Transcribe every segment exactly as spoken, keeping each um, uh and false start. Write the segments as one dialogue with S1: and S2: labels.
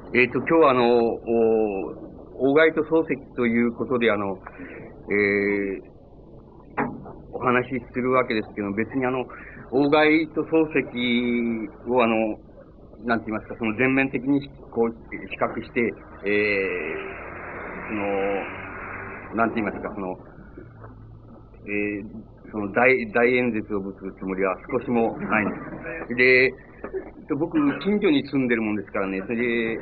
S1: えっと、今日はあの、お、鴎外と漱石ということで、あの、えー、お話しするわけですけど、別にあの、鴎外と漱石をあの、なんて言いますか、その全面的にこう、比較して、えー、その、なんて言いますか、その、えー、その大、大演説をぶつるつもりは少しもないんです。で、僕、近所に住んでるもんですからね、それで、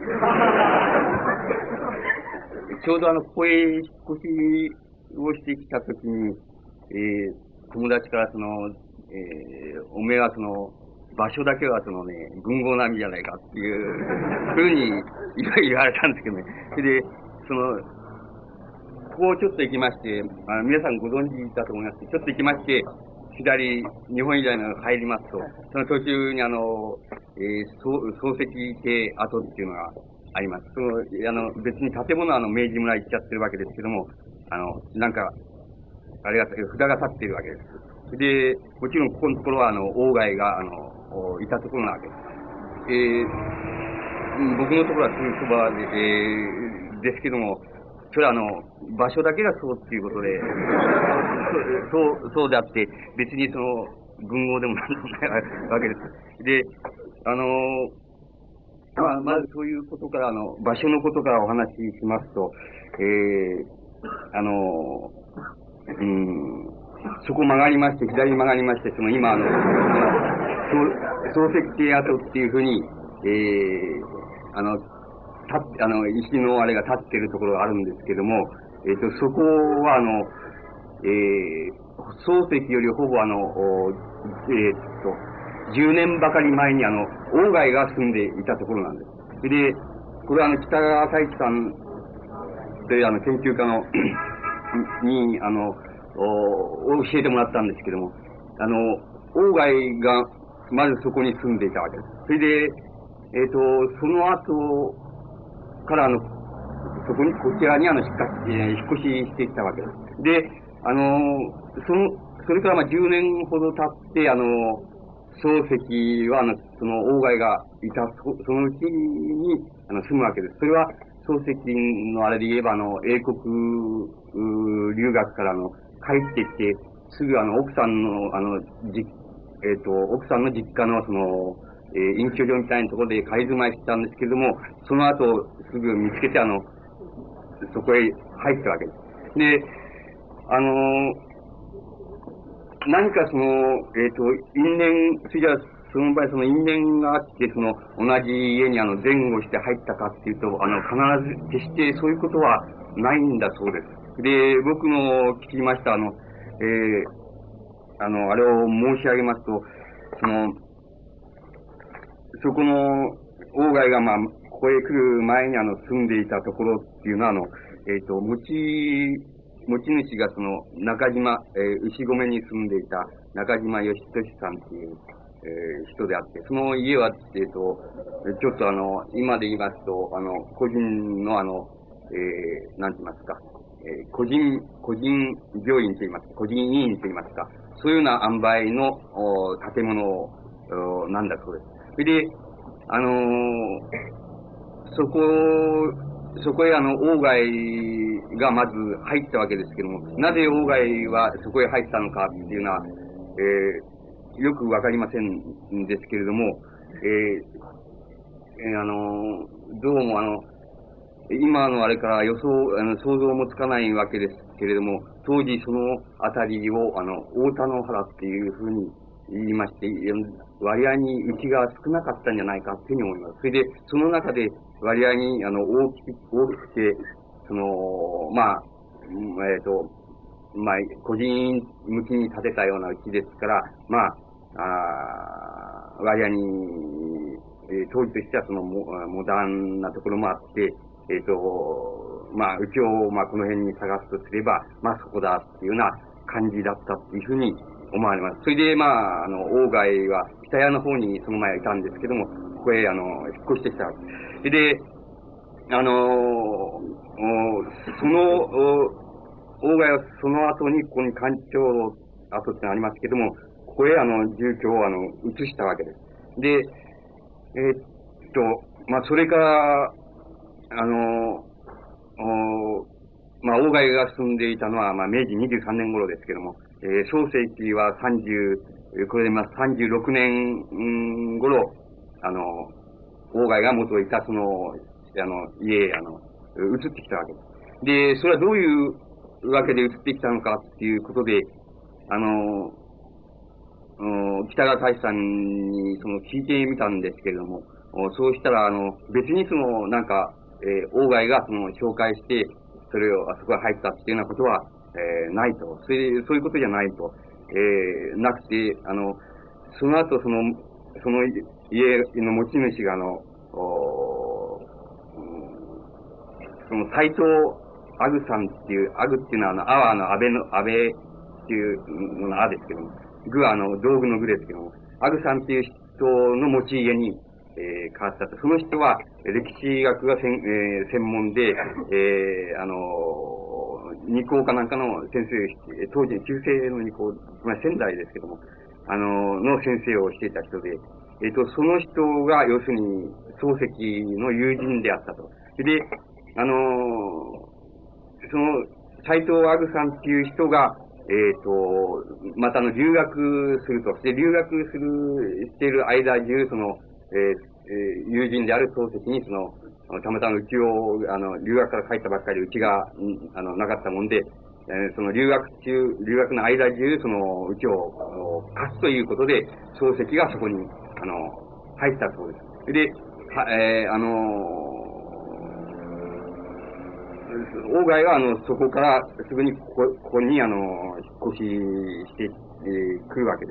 S1: ちょうどあの、ここへ引っ越しをしてきたときに、えー、友達からその、えー、おめえはその、場所だけはそのね、文豪並みじゃないかっていうふうに言われたんですけどね。それで、その、ここをちょっと行きまして、あの皆さんご存知だと思いますけど、ちょっと行きまして、左、日本医大の入りますと、その途中にあの、えー、漱石亭跡っていうのがあります。その、あの、別に建物はあの、明治村行っちゃってるわけですけども、あの、なんか、あれが、札が立っているわけです。で、もちろんここのところはあの、鴎外が、あの、いたところなわけです。えー、僕のところはすぐそばで、えー、ですけども、それはあの、場所だけがそうっていうことで、そう、そうであって、別にその、文豪でもなんでもないわけです。で、あの、まあ、まずそういうことから、あの、場所のことからお話ししますと、えー、あの、うん、そこ曲がりまして、左に曲がりまして、その今、あの、漱石亭跡っていうふうに、えー、あの、立あの、石のあれが立っているところがあるんですけども、えっ、ー、と、そこは、あの、えー、漱石よりほぼあの、えっ、ー、と、じゅうねんばかり前にあの、鴎外が住んでいたところなんです。で、これはあの、北川太一さんというあの、研究家のに、あの、教えてもらったんですけども、あの、鴎外がまずそこに住んでいたわけです。それで、えっ、ー、と、その後からあの、そこに、こちらにあの、引っ越し、えー、引っ越ししてきたわけです。で、あの、その、それからまあじゅうねんほど経って、あの、漱石は、あの、その、鴎外がいた、そそのうちに、あの、住むわけです。それは、漱石のあれで言えば、あの、英国、留学からの、帰ってきて、すぐあの、奥さんの、あの、じ、えっ、ー、と、奥さんの実家の、その、えー、隠居所みたいなところで仮住まいしたんですけれども、その後、すぐ見つけて、あの、そこへ入ったわけです。で、あのー、何かその、えっ、ー、と、因縁、それじゃその場合その因縁があって、その、同じ家にあの、前後して入ったかっていうと、あの、必ず、決してそういうことはないんだそうです。で、僕の聞きました、あの、えー、あの、あれを申し上げますと、その、そこの、鴎外がまあ、ここへ来る前にあの、住んでいたところっていうのは、あの、えっ、ー、と、持ち、持ち主がその、中島、えー、牛込に住んでいた中島義俊さんっていう、えー、人であって、その家は、えっ、ー、と、ちょっとあの、今で言いますと、あの、個人のあの、えー、なんて言いますか、えー、個人、個人病院と言いますか、個人医院と言いますか、そういうような塩梅のお建物なんだそうです。それで、あのー、そこ、そこへあの、鴎外がまず入ったわけですけども、なぜ鴎外はそこへ入ったのかっていうのは、えー、よくわかりませんですけれども、えー、えー、あのー、どうもあの、今のあれから予想、あの、想像もつかないわけですけれども、当時そのあたりを、あの、大田野原っていうふうに言いまして、割合にうちが少なかったんじゃないかっていうふうに思います。それで、その中で割合に、あの、大きく、大きくて、その、まあ、えっ、ー、と、まあ、個人向きに建てたようなうちですから、まあ、あ割合に、えー、当時としてはそのモモダンなところもあって、えっ、ー、と、まあ、うちを、まあ、この辺に探すとすれば、まあ、そこだっていうような感じだったっていうふうに思われます。それで、まあ、あの、鴎外は北屋の方にその前はいたんですけども、ここへ、あの、引っ越してきた。それで、あのその、鴎外はその後に、ここに官庁跡ってのありますけども、ここへ、あの、住居を、あの、移したわけです。で、えー、っと、まあ、それから、 あの、おまあ、外が進んでいたのは、まあ、明治にじゅうさんねん頃ですけども、えー、創世紀はさんじゅう、これでまあさんじゅうろくねん頃、あの、外が元いたその、あの、家へ、あの、移ってきたわけです。で、それはどういうわけで移ってきたのかっていうことで、あの、北川大志さんにその聞いてみたんですけれども、そうしたら、あの、別にその、なんか、えー、外がその、紹介して、それを、あそこへ入ったっていうようなことは、えー、ないと。そういう、そういうことじゃないと。えー、なくて、あの、その後、その、その家の持ち主が、あの、その斎藤アグさんっていう、アグっていうのは、あの、アワーの安倍の、安倍っていうののアですけども、具はあの、道具の具ですけども、アグさんっていう人の持ち家に、えー、変わったと。その人は、歴史学が専,、えー、専門で、えー、あの、二校かなんかの先生、当時旧制の二校、まあ、仙台ですけども、あの、の先生をしていた人で、えっ、ー、と、その人が、要するに、漱石の友人であったと。で、あの、その、斎藤アグさんっていう人が、えっ、ー、と、またあの、留学すると。で、留学する、している間中、その、えー、友人である漱石に、その、たまたまうちを、あの、留学から帰ったばっかりでうちが、あの、なかったもんで、えー、その留学中、留学の間中、その、うちを貸すということで、漱石がそこに、あの、入ったそうです。で、は、えー、あの、外は、あの、そこからすぐにここ、ここに、あの、引っ越しして、えー、来るわけです。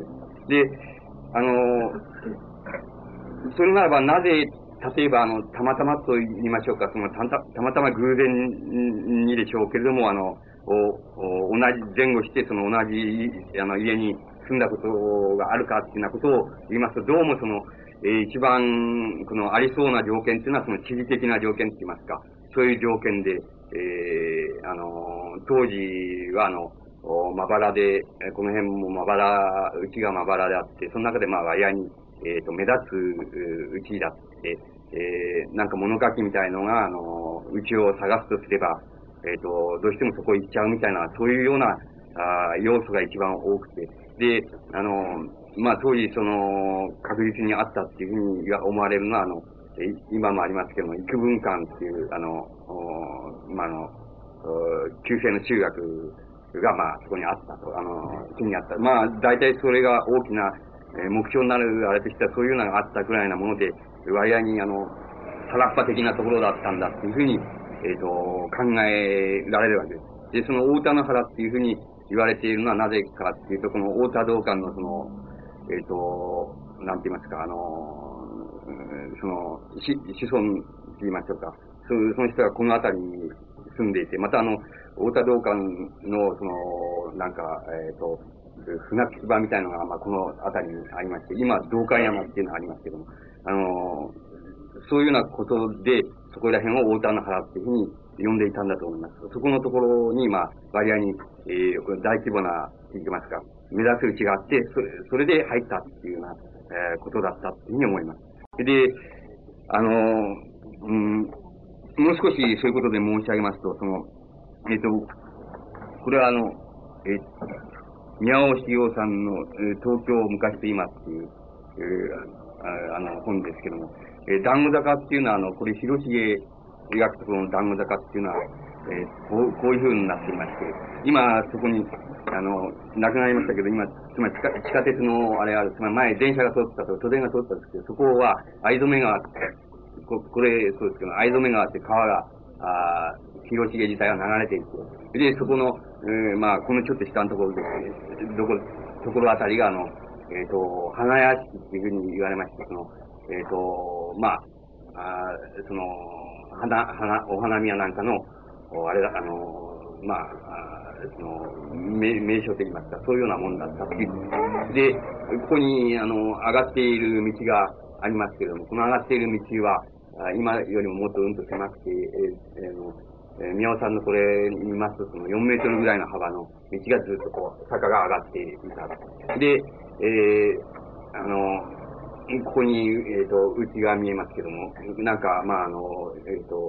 S1: で、あの、それならばなぜ、例えば、あの、たまたまと言いましょうか、その、たたたまたま偶然にでしょうけれども、あの、おお同じ、前後して、その同じ、あの、家に住んだことがあるかっていうようなことを言いますと、どうもその、えー、一番、この、ありそうな条件っていうのは、その地理的な条件って言いますか、そういう条件で、えー、あの、当時は、あの、まばらで、この辺もまばら、うちがまばらであって、その中でまあ割合に、えっ、ー、と、目立つうちだって、えー、なんか物書きみたいのが、あの、うちを探すとすれば、えっ、ー、と、どうしてもそこ行っちゃうみたいな、そういうような、あ要素が一番多くて、で、あの、まあ、当時、その、確実にあったっていうふうに思われるのは、あの、今もありますけども、育文館っていう、あの、まあ、あの、旧制の中学が、まあ、そこにあったと、あの、地にあった。まあ、大体それが大きな、えー、目標になるあれとしては、そういうのがあったくらいなもので、割合に、あの、原っぱ的なところだったんだっていうふうに、えっ、ー、と、考えられるわけです。で、その大田の原っていうふうに言われているのはなぜかっていうと、この大田道館のその、えっ、ー、と、なんて言いますか、あの、その、子孫って言いましょうか。そその人がこの辺りに住んでいて、またあの、大田道館の、その、なんか、えっ、ー、と、船着き場みたいなのが、まあ、この辺りにありまして、今、道館山っていうのがありますけども、あの、そういうようなことで、そこら辺を大田の原っていうふうに呼んでいたんだと思います。そこのところに、まあ、割合に、えー、大規模な、言いますか、目立つうちがあって、それ、それで入ったっていうような、えー、ことだったっていうふうに思います。で、あの、うん、もう少しそういうことで申し上げますと、その、えっ、ー、と、これはあの、えー、宮尾茂雄さんの、えー、東京昔と今っていう、えー、あの本ですけども、えー、団子坂っていうのは、あの、これ、広重描くところの団子坂っていうのは、えー、こう、こういう風になっていまして、今、そこに、あの、亡くなりましたけど、今、つまり地下地下鉄のあれある、つまり前、電車が通ってたと、都電が通ってたんですけど、そこは、藍染川、ここれ、そうですけど、藍染川って川が、あ広重自体が流れていて、で、そこの、えー、まあ、このちょっと下のところで、どこ、ところあたりが、あの、えっ、ー、と、花屋敷っていうふうに言われまして、その、えっ、ー、と、まあ、あその、花、花、お花見やなんかの、あれだ、あの、まあ、あその、名、名所といいますか、そういうようなもんだったっていう。で、ここに、あの、上がっている道がありますけれども、この上がっている道は、今よりももっとうんと狭くて、えーえー、えー、宮尾さんのこれ見ますと、そのよんメートルぐらいの幅の道がずっとこう、坂が上がっていた。で、えー、あの、ここに、えっ、ー、と、内が見えますけども、なんか、まあ、あの、えっ、ー、と、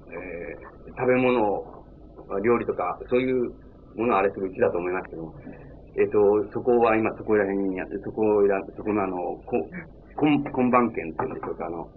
S1: えー、食べ物、料理とか、そういうものをあれするうちだと思いますけども、えっ、ー、と、そこは今そこら辺にあって、そこら、そこのあの、こ今今番県っていうんでしょうか、あの、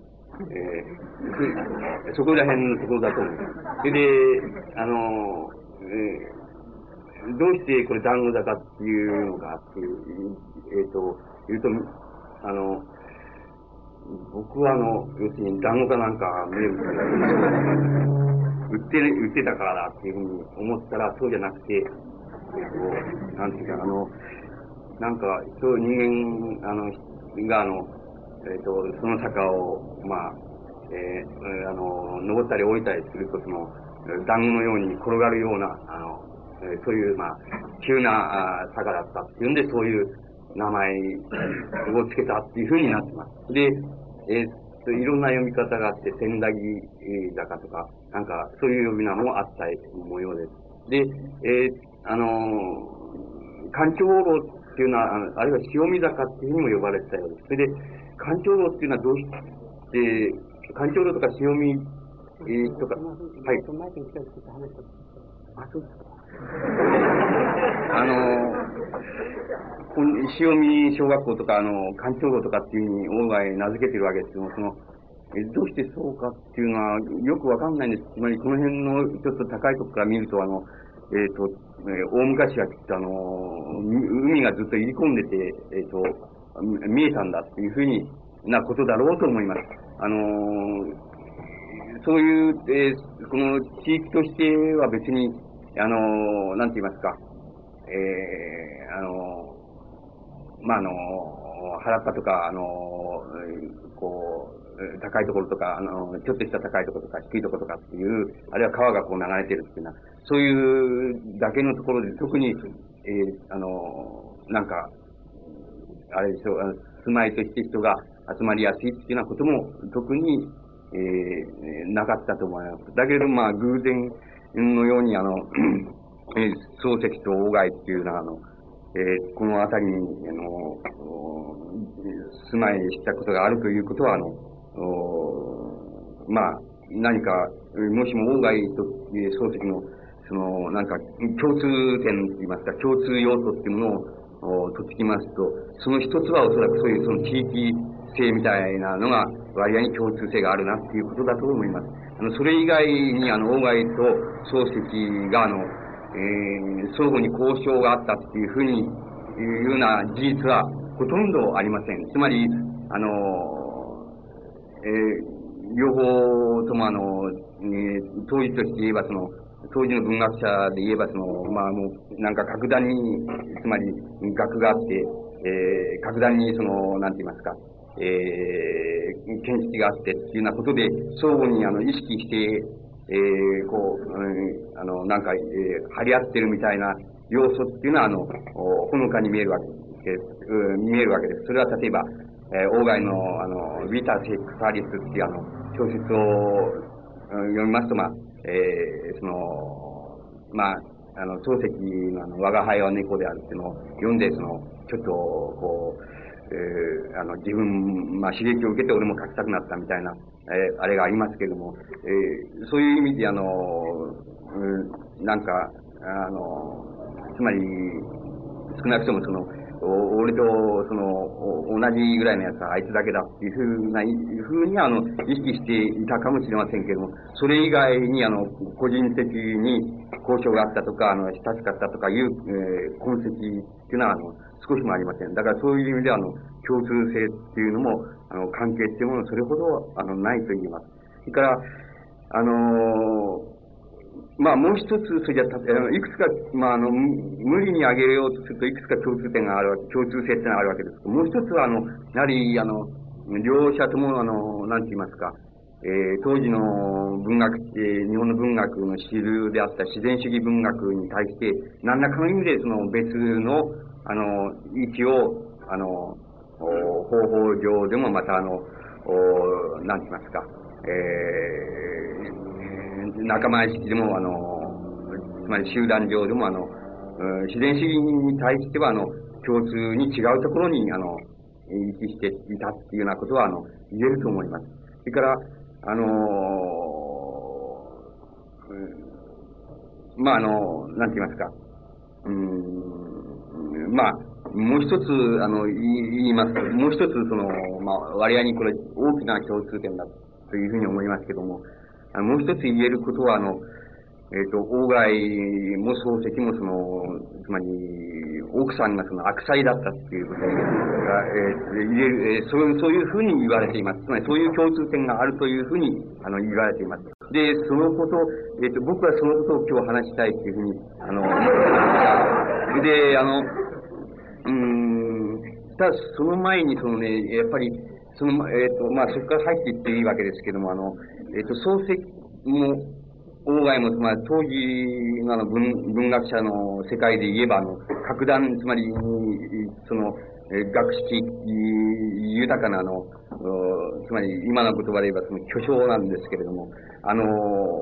S1: えー、そこら辺のところだと思います。それで、あの、えー、どうしてこれ団子坂っていうのかっていう、えっ、ー、と、言うと、あの、僕はあの、要するに団子かなんか名物で、売って、売ってたからだっていうふうに思ったら、そうじゃなくて、えっ、ー、と、なんていうか、あの、なんか、そういう人間、あの、が、あの、えっ、ー、と、その坂を、まあ、えー、あの、登ったり降りたりすると、その、団子のように転がるような、あの、えー、そういう、まあ、急なあ坂だったっていうんで、そういう名前をつけたっていうふうになってます。で、えー、といろんな読み方があって、千駄木坂とか、なんか、そういう呼び名もあった模様です。で、えー、あのー、干潮路っていうのは、あるいは潮見坂っていうふうにも呼ばれてたようです。それで、干潮路っていうのはどうして、干潮路とか潮見、えー、とか、はい。あ、そうですか。あのー、潮見小学校とか、あの、干潮路とかっていうふうに、大概名付けてるわけですけども、その、えどうしてそうかっていうのは、よくわかんないんです。つまり、この辺のちょっと高いところから見ると、あの、えっ、ー、と、えー、大昔はきっとあの、海がずっと入り込んでて、えっ、ー、と、見えたんだっていうふうになことだろうと思います。あのー、そういう、えー、この地域としては別に、あのー、なんて言いますか、えー、あのー、まあ、あのー、原っぱとか、あのー、こう、高いところとか、あのー、ちょっとした高いところとか、低いところとかっていう、あるいは川がこう流れてるっていうのは、そういうだけのところで特に、えー、あのー、なんか、あれでしょう、住まいとして人が集まりやすいっていうようなことも特に、えー、なかったと思います。だけど、まあ、偶然のように、あの、えー、漱石と鴎外っていうのは、あの、えー、この辺りに、あの、住まいしたことがあるということは、あの、まあ、何か、もしも鴎外と漱石の、その、なんか、共通点といいますか、共通要素っていうものを、とつきますと、その一つはおそらくそういうその地域性みたいなのが割合に共通性があるなっていうことだと思います。あの、それ以外にあの、鴎外と漱石があの、えー、相互に交渉があったっていうふうに、いうような事実はほとんどありません。つまり、あの、えー、両方ともあの、えー、当時として言えばその、当時の文学者で言えば、その、まあもう、なんか格段に、つまり、学があって、えー、格段にその、なんて言いますか、えー、見識があってっていうようなことで、相互にあの、意識して、えー、こう、うん、あの、なんか、えー、張り合ってるみたいな要素っていうのは、あの、ほのかに見えるわけです。うん、見えるわけです。それは例えば、えー、鴎外の、あの、ビタ・セクサリスっていうあの、小説を、うん、読みますと、まあ、えー、その、まあ、あの、漱石のあの、我が輩は猫であるっていうのを読んで、その、ちょっと、こう、えー、あの、自分、まあ、刺激を受けて俺も書きたくなったみたいな、えー、あれがありますけれども、えー、そういう意味で、あの、うん、なんか、あの、つまり、少なくともその、俺と、その、同じぐらいのやつはあいつだけだっていうふうな、ふうに、あの、意識していたかもしれませんけれども、それ以外に、あの、個人的に交渉があったとか、あの、親しかったとかいう、えー、痕跡っていうのは、あの、少しもありません。だからそういう意味では、あの、共通性っていうのも、あの、関係っていうものはそれほど、あの、ないと言います。それから、あのー、まあ、もう一つ、それじゃ、いくつか、まあ、あの、無理に挙げようとすると、いくつか共通点があるわけ、共通性ってのがあるわけです。もう一つは、あの、やはり、あの、両者とも、あの、なんて言いますか、えー、当時の文学、えー、日本の文学の主流であった自然主義文学に対して、何らかの意味で、その別の、あの、位置を、あの、方法上でもまた、あの、なんて言いますか、えー仲間意識でも、あの、つまり集団上でも、あの、自然主義に対しては、あの、共通に違うところに、あの、位置していたっていうようなことは、あの、言えると思います。それから、あの、 まあ、あの、なんて言いますか。うーん、まあ、もう一つ、あの、言い言いますと、もう一つ、その、まあ、割合にこれ、大きな共通点だというふうに思いますけども、あのもう一つ言えることは、あの、えっ、と、鴎外も漱石もその、つまり、奥さんがその悪妻だったっていうことが、えー、言える、えー、そういう、そういうふうに言われています。つまり、そういう共通点があるというふうに、あの、言われています。で、そのこと、えっ、と、僕はそのことを今日話したいっていうふうに、あの、思っています。で、あの、うーん、ただ、その前に、そのね、やっぱり、その、えっ、と、まあ、そこから入っていっていいわけですけども、あの、えっ、と、漱石も、鴎外も、まあ、当時のあの文文学者の世界で言えば、あの、格段、つまり、その、えー学識豊かな、あの、つまり、今の言葉で言えば、その巨匠なんですけれども、あの、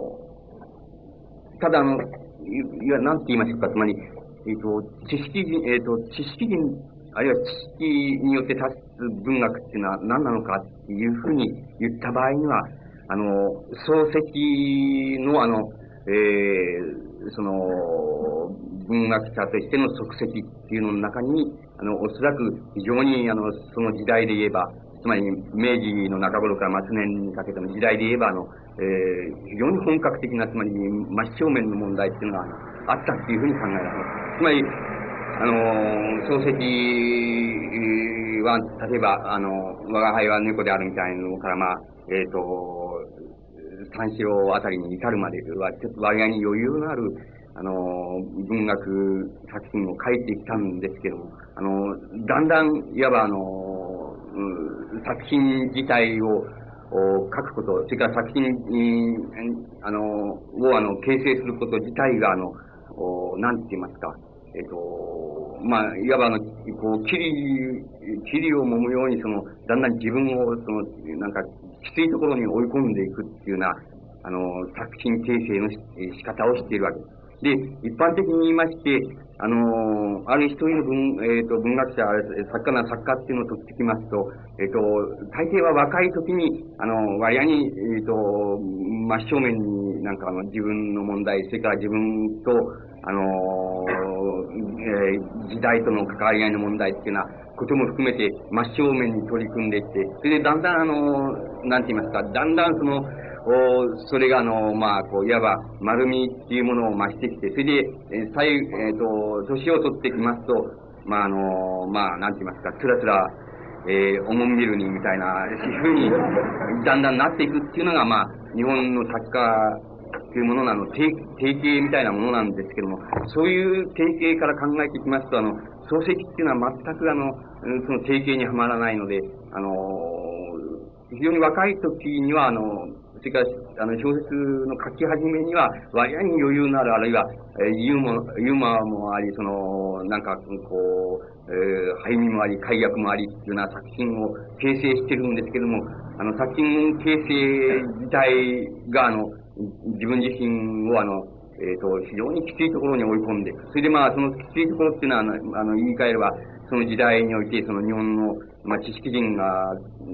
S1: ただ、あの、いや、なんて言いましょうか、つまり、えっ、と、知識人、えっ、と、知識人、あるいは知識によって立つ文学っていうのは何なのかっていうふうに言った場合には、あの、漱石のあの、えー、その、文学者としての足跡っていうのの中に、あの、おそらく非常に、あの、その時代で言えば、つまり明治の中頃から末年にかけての時代で言えば、あの、えー、非常に本格的な、つまり真正面の問題っていうのがあったっていうふうに考えられます。つまり、あの、漱石は、例えば、あの、我が輩は猫であるみたいなのから、まあ、えっ、と、三四郎あたりに至るまでは、ちょっと割合に余裕のある、あの、文学作品を書いてきたんですけども、あの、だんだん、いわばあの、うん、作品自体を、を書くこと、それから作品に、あの、をあの、形成すること自体が、あの、おなんて言いますか、えっ、と、まあ、いわばあの、こう、霧、霧を揉むように、その、だんだん自分を、その、なんか、きついところに追い込んでいくっていうような、あの、作品形成のし仕方をしているわけです。で、一般的に言いまして、あの、ある一人の文、えっ、と、文学者、作家な作家っていうのを取ってきますと、えっ、と、大抵は若い時に、あの、割合に、えっ、と、真正面になんかあの、自分の問題、それから自分と、あの、えー時代との関わり合いの問題っていうようなことも含めて真正面に取り組んでいって、それでだんだんあの、なんて言いますか、だんだんその、おそれがあの、まあ、こう、いわば丸みっていうものを増してきて、それで、えー、最、えっ、と、年を取ってきますと、まあ、あの、まあ、なんて言いますか、つらつら、えー、おもんびるにみたいな、そういうふうに、だんだんなっていくっていうのが、まあ、日本の作家というものなの、定定型みたいなものなんですけども、そういう定型から考えていきますと、あの、漱石っていうのは全くあの、その定型にはまらないので、あの、非常に若い時には、あの、それから、あの、小説の書き始めには、割合に余裕のある、あるいは、えー、ユーモユーモアもあり、その、なんか、こう、えー、背味もあり、解約もあり、というような作品を形成してるんですけども、あの、作品形成自体が、あの、自分自身を、あの、えっ、と、非常にきついところに追い込んで、それでまあ、そのきついところっていうのは、あの、あの言い換えれば、その時代において、その日本の、まあ、知識人が、うん、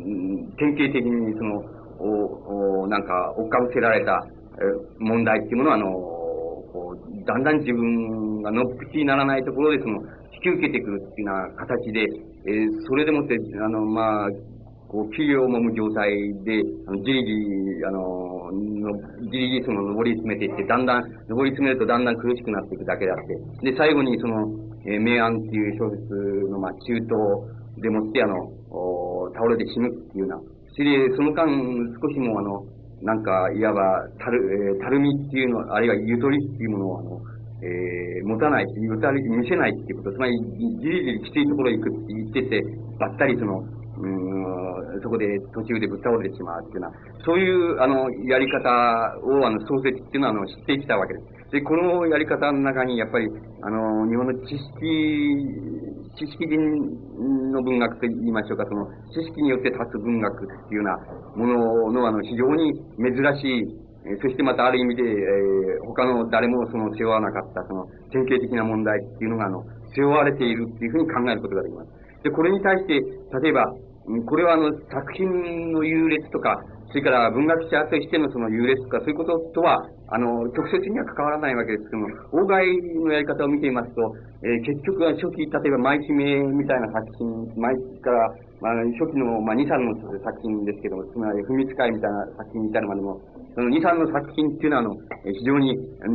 S1: 典型的に、その、お、お、なんか、追っかぶせられた、え問題っていうものは、あの、こう、だんだん自分がのっぴきにならないところで、その、引き受けてくるっていうような形で、えーそれでもって、あの、まあ、こう、企業を揉む状態で、あのじりじり、あの、のじりじりその上り詰めていって、だんだん、上り詰めるとだんだん苦しくなっていくだけであって、で、最後にその、えー明暗っていう小説の、まあ、中東でもって、あの、お倒れて死ぬっていうような、それで、その間、少しもあの、なんか、いわば、たる、えーたるみっていうの、あるいはゆとりっていうものを、あの、えー持たない、ゆたり、見せないっていうこと、つまり、じりじりきついところへ行くって言ってて、ばったりその、うーん、そこで途中でぶっ倒れてしまうっていうのは、そういう、あの、やり方を、あの、創設っていうのは、あの、知ってきたわけです。で、このやり方の中に、やっぱり、あの、日本の知識、知識人の文学と言いましょうか、その、知識によって立つ文学っていうようなものの、あの、非常に珍しい、えーそしてまたある意味で、えー他の誰もその背負わなかった、その、典型的な問題っていうのが、あの、背負われているっていうふうに考えることができます。で、これに対して、例えば、うんこれはあの、作品の優劣とか、 それから文学者としてのその優劣とかそういうこととは、あの、直接には関わらないわけですけども、外のやり方を見ていますと、えー、結局は初期、例えば舞姫みたいな作品、舞から、まあ、初期の、まあ、に、さんの作品ですけども、つまり、文使いみたいな作品に至るまでも、そのに、さんの作品っていうのは、あの、非常に、うん、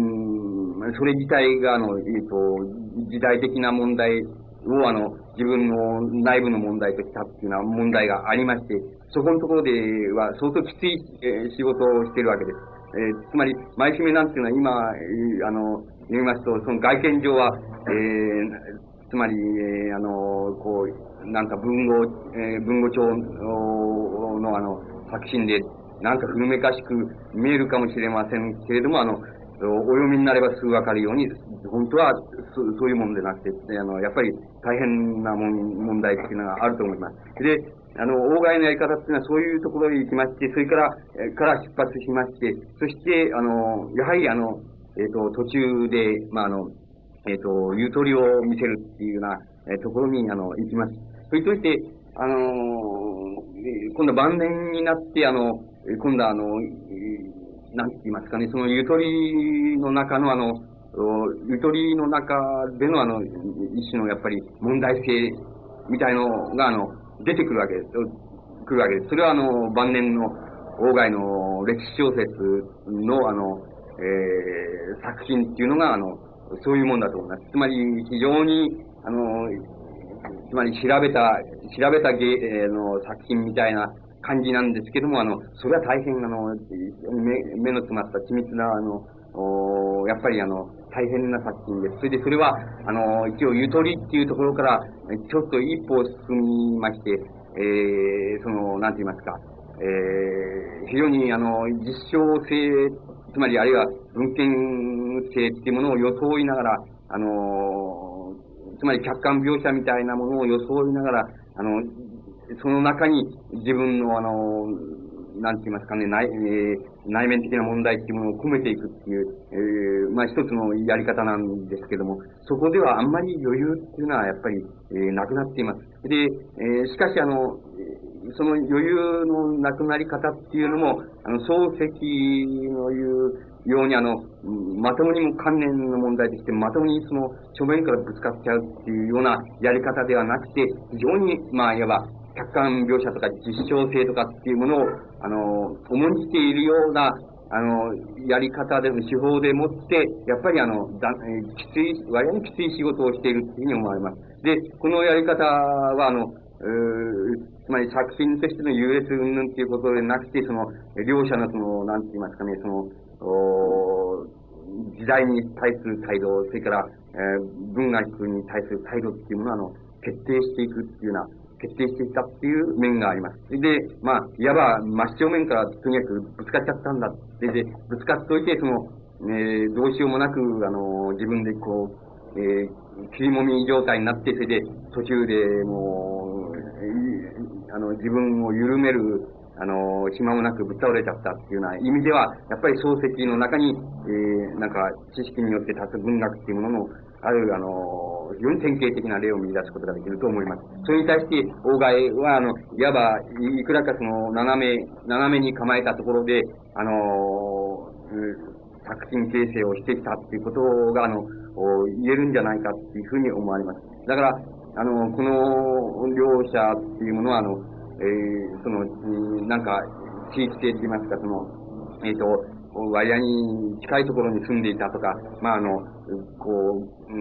S1: それ自体が、あの、えっ、ー、と、時代的な問題を、あの、自分の内部の問題としたっていうような問題がありまして、そこのところでは相当きつい、えー、仕事をしているわけです。えー、つまり、舞姫なんていうのは今、えー、あの、言いますと、その外見上は、えー、つまり、えー、あの、こう、なんか文語、えー、文語帳のあの、作品で、なんか古めかしく見えるかもしれませんけれども、あの、お読みになればすぐわかるように、本当はそそういうものでなくて、あの、やっぱり大変なもん問題っていうのがあると思います。で、あの、外のやり方っていうのはそういうところに行きまして、それから、えから出発しまして、そして、あの、やはりあの、えっ、ー、と、途中で、まあ、あの、えっ、ー、と、ゆとりを見せるっていうような、えー、ところに、あの、行きます。それとして、あのー、今度晩年になって、あの、今度はあの、なんて言いますかね、そのゆとりの中のあの、ゆとりの中でのあの、一種のやっぱり問題性みたいのがあの、出てくるわけです。来るわけです。それはあの、晩年の外の歴史小説のあの、えー、作品っていうのがあの、そういうもんだと思います。つまり非常に、あの、つまり調べた、調べた芸の作品みたいな感じなんですけども、あの、それは大変、あの、目、目の詰まった緻密な、あの、おやっぱりあの、大変な作品です。それで、それは、あの、一応、ゆとりっていうところから、ちょっと一歩進みまして、えー、その、なんて言いますか、えー、非常に、あの、実証性、つまり、あるいは文献性っていうものを装いながら、あの、つまり客観描写みたいなものを装いながら、あの、その中に自分のあの、なんて言いますかね、内、えー、内面的な問題っていうものを込めていくっていう、えー、まあ一つのやり方なんですけども、そこではあんまり余裕っていうのはやっぱり、えー、なくなっています。で、えー、しかしあの、その余裕のなくなり方っていうのも、あの、漱石の言う、ようにあの、まともにも観念の問題として、まともにその、正面からぶつかっちゃうっていうようなやり方ではなくて、非常に、まあ、いわば、客観描写とか実証性とかっていうものを、あの、重んじているような、あの、やり方で、手法でもって、やっぱりあの、だえきつい、割にきつい仕事をしているというふうに思われます。で、このやり方は、あの、つまり作品としての優劣云々っていうことでなくて、その、両者のその、なんて言いますかね、その、お時代に対する態度、それから、えー、文学に対する態度っていうものを、あの、決定していくっていうような、決定していったっていう面があります。で、まあ、いわば真正面からとにかくぶつかっちゃったんだって、で、ぶつかっといて、その、えー、どうしようもなく、あの、自分でこう、えー、切りもみ状態になって、それで途中でもう、えー、あの、自分を緩める、あの、暇もなくぶっ倒れちゃったっていうような意味では、やっぱり漱石の中に、えー、なんか知識によって立つ文学っていうものの、ある、あの、非常に典型的な例を見出すことができると思います。それに対して、外は、あの、いわば、いくらかその、斜め、斜めに構えたところで、あの、作品形成をしてきたっていうことが、あの、言えるんじゃないかっていうふうに思われます。だから、あの、この両者っていうものは、あの、えー、その、なんか、地域性と言いますか、その、えっ、ー、と、割合に近いところに住んでいたとか、まあ、あの、こう、うん、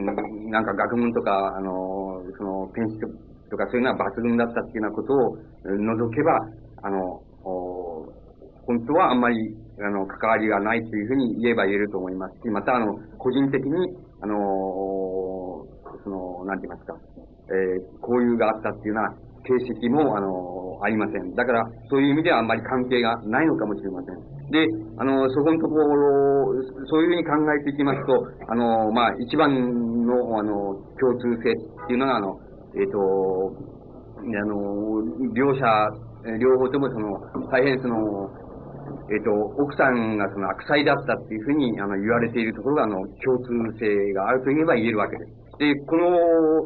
S1: なんか学問とか、あの、その、ペンシとかそういうのは抜群だったっていうようなことを除けば、あの、本当はあんまり、あの、関わりがないというふうに言えば言えると思いますし、また、あの、個人的に、あの、その、なんて言いますか、えー、交友があったっていうような形跡も、あの、ありません。だから、そういう意味ではあんまり関係がないのかもしれません。で、あの、そこのところ、そういうふうに考えていきますと、あの、まあ、一番の、あの、共通性っていうのが、あの、えっ、ー、と、あの、両者、両方ともその、大変その、えっ、ー、と、奥さんがその悪妻だったっていうふうに、あの、言われているところが、あの、共通性があるといえば言えるわけです。で、この、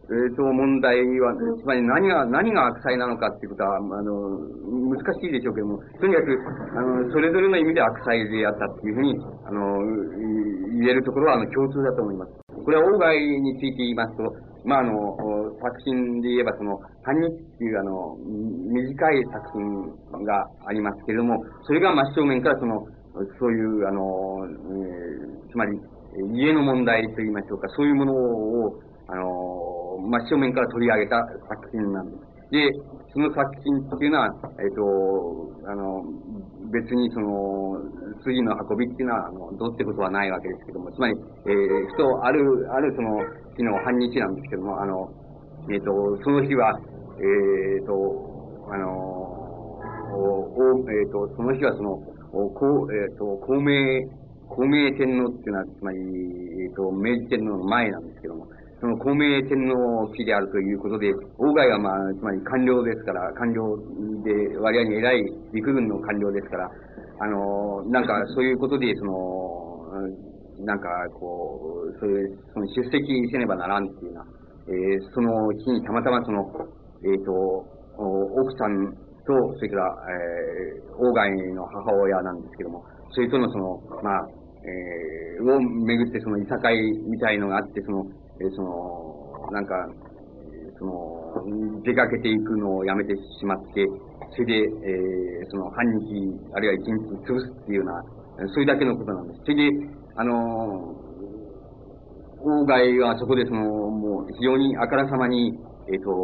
S1: えっと、問題は、つまり何が、何が悪妻なのかっていうことは、あの、難しいでしょうけども、とにかく、あの、それぞれの意味で悪妻であったっていうふうに、あの、言えるところは、あの、共通だと思います。これは、外について言いますと、まあ、あの、作品で言えば、その、半日っていう、あの、短い作品がありますけれども、それが真正面からその、そういう、あの、えー、つまり、家の問題と言いましょうか、そういうものを、あの、真正面から取り上げた作品なんです。で、その作品っていうのは、えっ、と、あの、別にその、筋の運びっていうのは、あの、どうってことはないわけですけども、つまり、えー、ふと、ある、あるその日の半日なんですけども、あの、えっ、と、その日は、えっ、と、あの、お、えっ、と、その日はその、おこう、えっ、と、孔明、孔明天皇っていうのは、つまり、えっ、と、明治天皇の前なんですけども、その孔明天皇期であるということで、外はまあ、つまり官僚ですから、官僚で、割合に偉い陸軍の官僚ですから、あの、なんかそういうことで、その、なんかこう、そういう、その出席せねばならんっていうような、えー、その日にたまたまその、えっ、と、奥さんと、それから、えー、外の母親なんですけども、それとのその、まあ、えー、をめぐってそのいさかいみたいのがあって、その、えー、その、なんか、その、出かけていくのをやめてしまって、それで、えー、その半日、あるいは一日潰すっていうような、それだけのことなんです。それで、あの、外はそこでその、もう非常にあからさまに、えっ、と、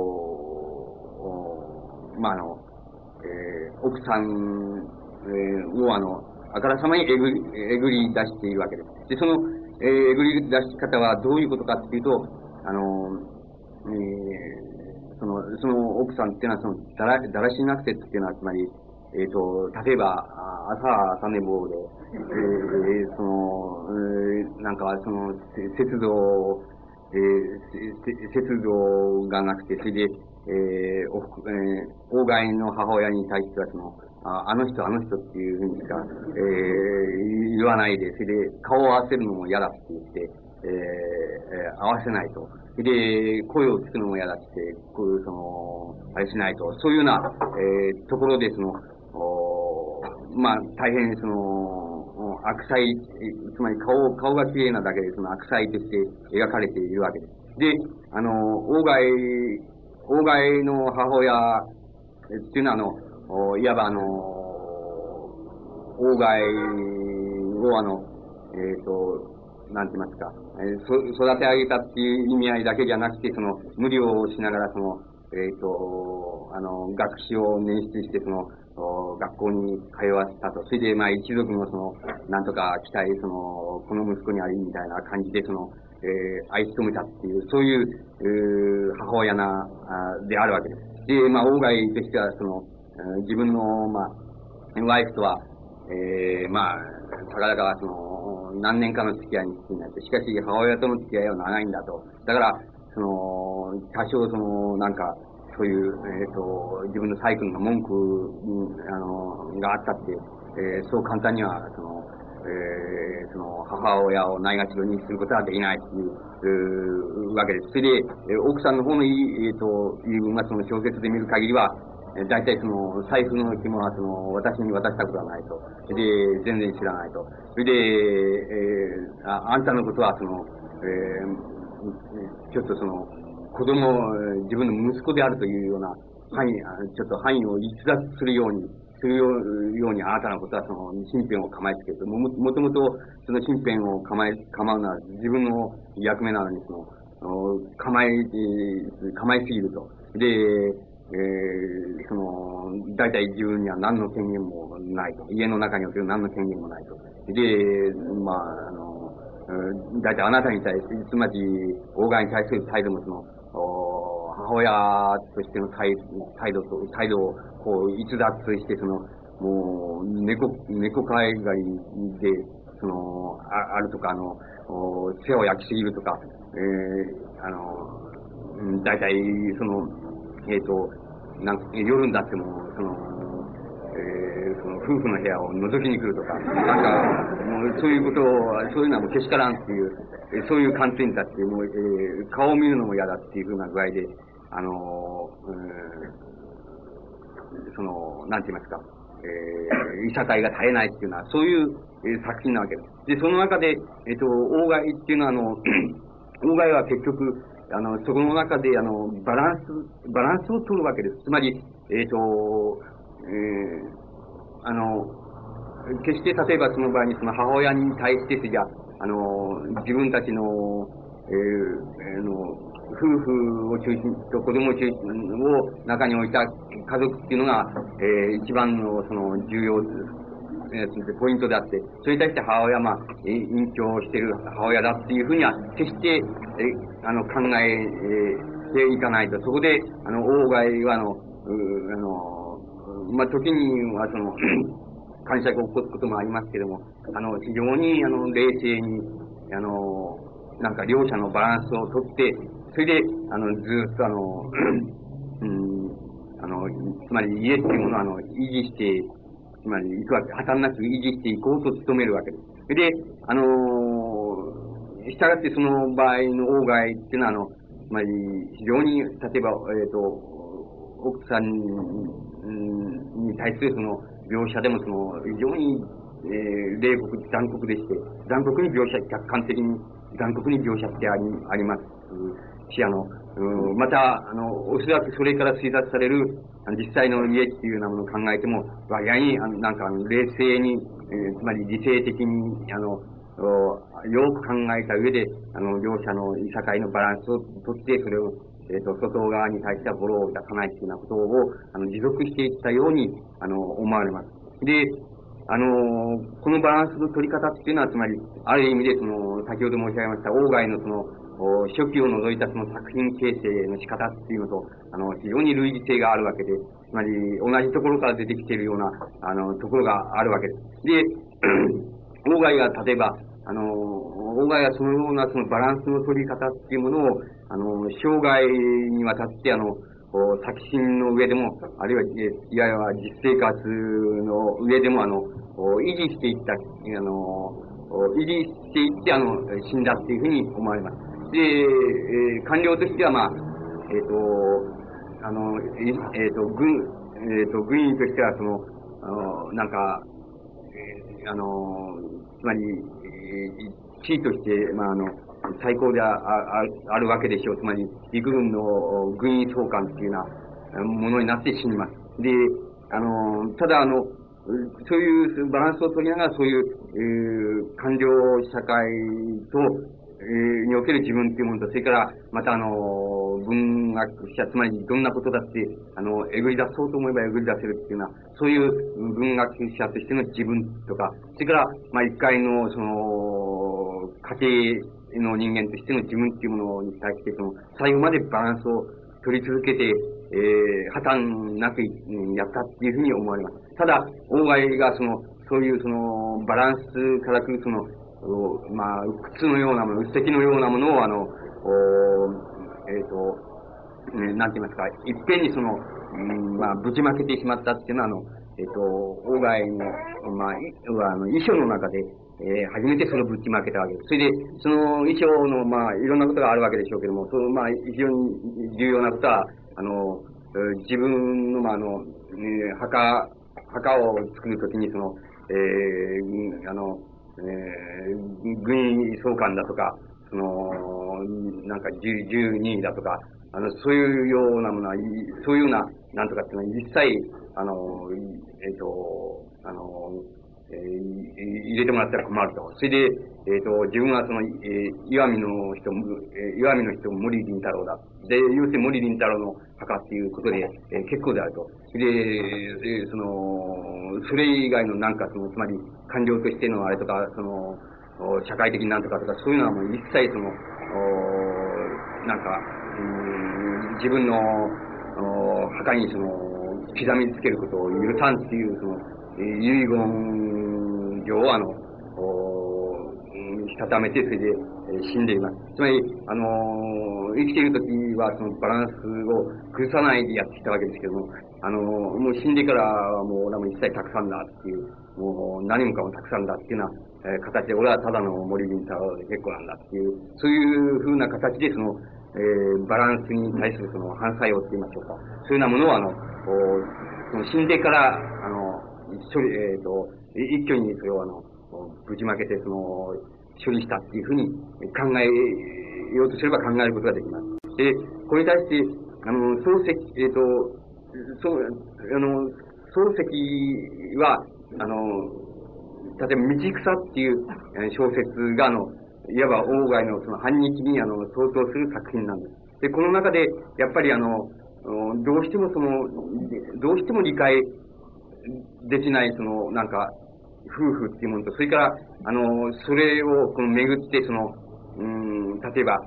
S1: まあ、あの、えー、奥さん、えー、をあの、あからさまにえぐり、えぐり出しているわけです。で、その、えー、えぐり出し方はどういうことかっていうと、あの、えー、その、その奥さんっていうのは、その、だら、だらしなくてっていうのは、つまり、えっ、と、例えば、あ朝、朝寝坊で、えー、その、えー、なんか、その、節度、えー、節度がなくて、それで、えー、おふく、えー、外の母親に対しては、その、ああの人、あの人っていうふうにしか、えー、言わないで、それで、顔を合わせるのも嫌だって言って、えー、えー合わせないと。で、声を聞くのも嫌だって、こういう、その、あれしないと。そういうような、えー、ところで、その、おまあ、大変、その、悪妻、つまり顔、顔が綺麗なだけで、その悪妻として描かれているわけです。で、あの、外、外の母親っていうのは、あの、いわばあの、外をあの、えっ、と、なんて言いますか、えー、そ育て上げたっていう意味合いだけじゃなくて、その、無理をしながら、その、えっ、と、あの、学士を捻出して、その、学校に通わせたと。それで、まあ、一族のその、なんとか期待、その、この息子にあり、みたいな感じで、その、えー、愛しとめたっていう、そういう、えー、母親な、あであるわけです。で、まあ、外としては、その、自分の、まあ、ワイフとは、えー、まあ、たかだか、その、何年かの付き合いになって、しかし母親との付き合いは長いんだと。だから、その、多少その、なんか、そういう、えっ、と、自分の細君の文句に、あの、があったって、えー、そう簡単には、その、えー、その、母親をないがしろにすることはできないっていう、うわけです。それで、えー、奥さんの方の言い、えっ、と、言い分がその小説で見る限りは、大体その、財布の紐はその、私に渡したことはないと。で、全然知らないと。それで、えー、あ、あんたのことはその、えー、ちょっとその、子供、自分の息子であるというような範囲、ちょっと範囲を逸脱するように、するようにあなたのことはその、身辺を構えつけると。も、もともとその身辺を構え、構うのは自分の役目なのに、その、構え、構えすぎると。で、えー、その、大体自分には何の権限もないと。家の中における何の権限もないと。で、まあ、あの、大体あなたに対して、つまり、外に対する態度もその、母親としての態態度と、態度をこう逸脱して、その、もう、猫、猫飼い狩りで、その、ああるとか、あの、背を焼きすぎるとか、えー、あの、大体、その、えっ、ー、と、なん夜になっても、その、 えー、その夫婦の部屋を覗きに来るとか、なんか、もうそういうことを、そういうのはもうけしからんっていう、えー、そういう観点に立って、もう、えー、顔を見るのも嫌だっていうふうな具合で、あのー、うん、その、なんて言いますか、えー、いさかいが絶えないっていうのは、そういう、えー、作品なわけです。で、その中で、えっ、と、鴎外っていうのは、あの、鴎外は結局、あの、そこの中で、あの、バランス、バランスを取るわけです。つまり、えっ、と、えー、あの、決して例えばその場合にその母親に対してじゃあの、自分たちの、えー、えー、の夫婦を中心と子供を中心を中に置いた家族っていうのが、えー、一番のその重要、えー、ポイントであって、それに対して母親は、まあ、隠居している母親だっていうふうには決して、えー、あの考え、えー、ていかないと。そこで、あの、鴎外はあの、うあの、まあ、時にはその、感触を起こすこともありますけども、あの、非常に、あの、冷静に、あの、なんか両者のバランスをとって、それで、あの、ずっとあの、うん、あの、つまり家っていうものをあの、維持して、つまり、いくわけ、破綻なく維持していこうと努めるわけです。それで、あの、したがってその場合の鴎外っていうのは、あの、つまり、非常に、例えば、えっ、と、奥さんに対するその描写でもその非常に、えー、冷酷、残酷でして、残酷に描写、客観的に残酷に描写してあり、ありますし、あの、うん、また、あの、おそらくそれから推察される実際の家っていうようなものを考えても、割合に、あのなんかあの冷静に、えー、つまり理性的に、あの、よく考えた上で、あの、両者のいさかいのバランスをとって、それをえっ、と、外側に対してはボロを出さないというようなことを、あの、持続していったように、あの、思われます。で、あの、このバランスの取り方っていうのは、つまり、ある意味で、その、先ほど申し上げました、鴎外のその、初期を除いたその作品形成の仕方っていうのと、あの、非常に類似性があるわけで、つまり、同じところから出てきているような、あの、ところがあるわけです。で、鴎外が例えば、あの、鴎外はそのようなそのバランスの取り方っていうものを、あの、生涯にわたって、あの、作品の上でも、あるいは、いわゆる実生活の上でも、あの、維持していった、あの、維持していって、あの、死んだっていうふうに思われます。で、えー、官僚としては、まあ、えっ、ー、と、あの、えっ、ー、と、軍、えっ、ー、と、軍医としては、その、あの、なんか、えー、あの、つまり、えー、地位として、まあ、あの、最高であああるわけでしょう。つまり、陸軍の軍医総監っていうようなものになって死にます。で、あの、ただ、あの、そういうバランスを取りながら、そういう、えー、官僚社会と、えー、における自分っていうものと、それから、またあの、文学者、つまりどんなことだって、あの、えぐり出そうと思えばえぐり出せるっていうような、そういう文学者としての自分とか、それから、まあ、一回の、その、家庭の人間としての自分っていうものに対して、その、最後までバランスを取り続けて、えー、破綻なくやったっていうふうに思われます。ただ、鴎外がその、そういうその、バランスからくるその、まあ、靴のようなもの、鬱石のようなものを、あの、えっ、ー、と、ね、なんて言いますか、いっぺんにその、うん、まあ、ぶちまけてしまったっていうのは、あの、えっ、ー、と、鴎外の、まあ、あの、遺書の中で、えー、初めてそれをぶちまけたわけです。それで、その遺書の、まあ、いろんなことがあるわけでしょうけども、その、まあ、非常に重要なことは、あの、自分の、まあ、あの、えー、墓、墓を作るときに、その、えー、あの、えー、軍医総監だとか、その、なんかじゅうにいだとか、あの、そういうようなものは、そういうような、なんとかっていうのは一切、あの、えっ、ー、と、あの、えー、入れてもらったら困ると。それで、えっ、ー、と、自分はその、えー、岩見の人、えー、岩見の人、森林太郎だ。で、言うて森林太郎の墓っていうことで、えー、結構であると。で、えー、その、それ以外のなんか、その、つまり、官僚としてのあれとか、その、社会的なんとかとか、そういうのはもう一切その、なんか、うん、自分の、墓にその、刻みつけることを許さんっていう、その、遺言上、あの、 したためて、それで、えー、死んでいます。つまり、あのー、生きているときは、そのバランスを崩さないでやってきたわけですけども、あのー、もう死んでからはもう俺はもう一切たくさんだっていう、もう何もかもたくさんだっていうような、えー、形で、俺はただの森林太郎で結構なんだっていう、そういうふうな形で、その、えー、バランスに対するその反作用って言いましょうか。そういうようなものを、あの、その死んでから、あの、処理、えっ、ー、と、一挙にそれをあの、ぶちまけて、その、処理したっていうふうに考えようとすれば考えることができます。で、これに対して、あの、漱石、えっ、ー、と、そう、あの、漱石は、あの、例えば、道草っていう小説が、あの、いわば鴎外のその反日にあの相当する作品なんです。で、この中で、やっぱりあの、どうしてもその、どうしても理解できない、その、なんか、夫婦っていうものと、それから、あの、それをこの巡って、その、うん、例えば、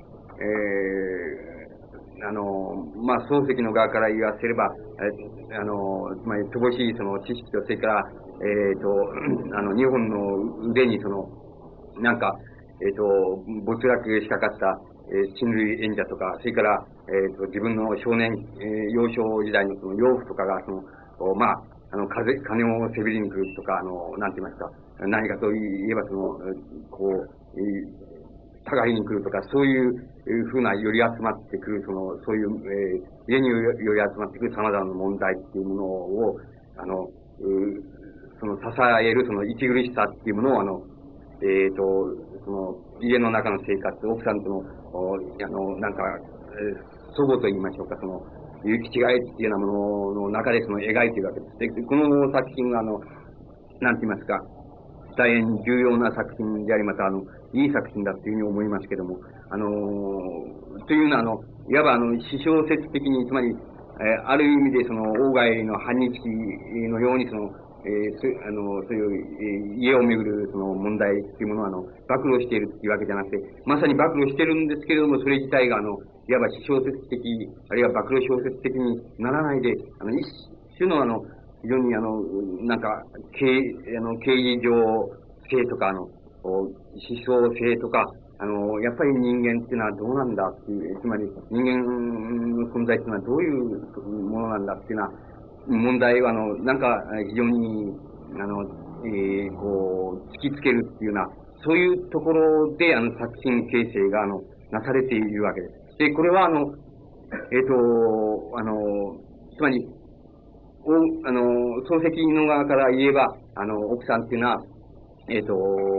S1: えー、あの、まあ、漱石の側から言わせれば、えあの、つまり、乏しいその知識と、それから、えっ、ー、と、あの、日本の腕にその、なんか、えっ、ー、と、没落しかかった、えー、親類縁者とか、それから、えっ、ー、と、自分の少年、えー、幼少時代のその養父とかが、その、まあ、あの、風、金をせびりに来るとか、あの、なんて言いますか、何かと言えばその、こう、えー互いに来るとか、そういうふうな寄り集まってくる、その、そういう、えー、家に寄り集まってくる様々な問題っていうものを、あの、その支えるその息苦しさっていうものを、あの、えっ、ー、と、その、家の中の生活、奥さんとの、あの、なんか、えー、祖母と言いましょうか、その、行き違いっていうようなものの中でその描いているわけです。で、この作品は、あの、なんて言いますか、大変重要な作品であり、また、あの、いい作品だっていうふうに思いますけども、あのー、というのは、あの、いわば、あの、詩小説的に、つまり、えー、ある意味で、その、鴎外の反日のように、その、えー、そあの、そういう、えー、家をめぐる、その、問題っていうものを、あの、暴露しているっていうわけじゃなくて、まさに暴露してるんですけれども、それ自体が、あの、いわば詩小説的、あるいは暴露小説的にならないで、あの、一種の、あの、非常にあの、なんか、経、あの、経営上性とか、あの、思想性とか、あの、やっぱり人間っていうのはどうなんだっていう、つまり人間の存在っていうのはどういうものなんだっていうような問題は、あの、なんか非常に、あの、えー、こう、突きつけるっていうような、そういうところで、あの、作品形成が、あの、なされているわけです。で、これは、あの、えっ、ー、と、あの、つまり、お、あの、漱石の側から言えば、あの、奥さんっていうのは、えっ、ー、と、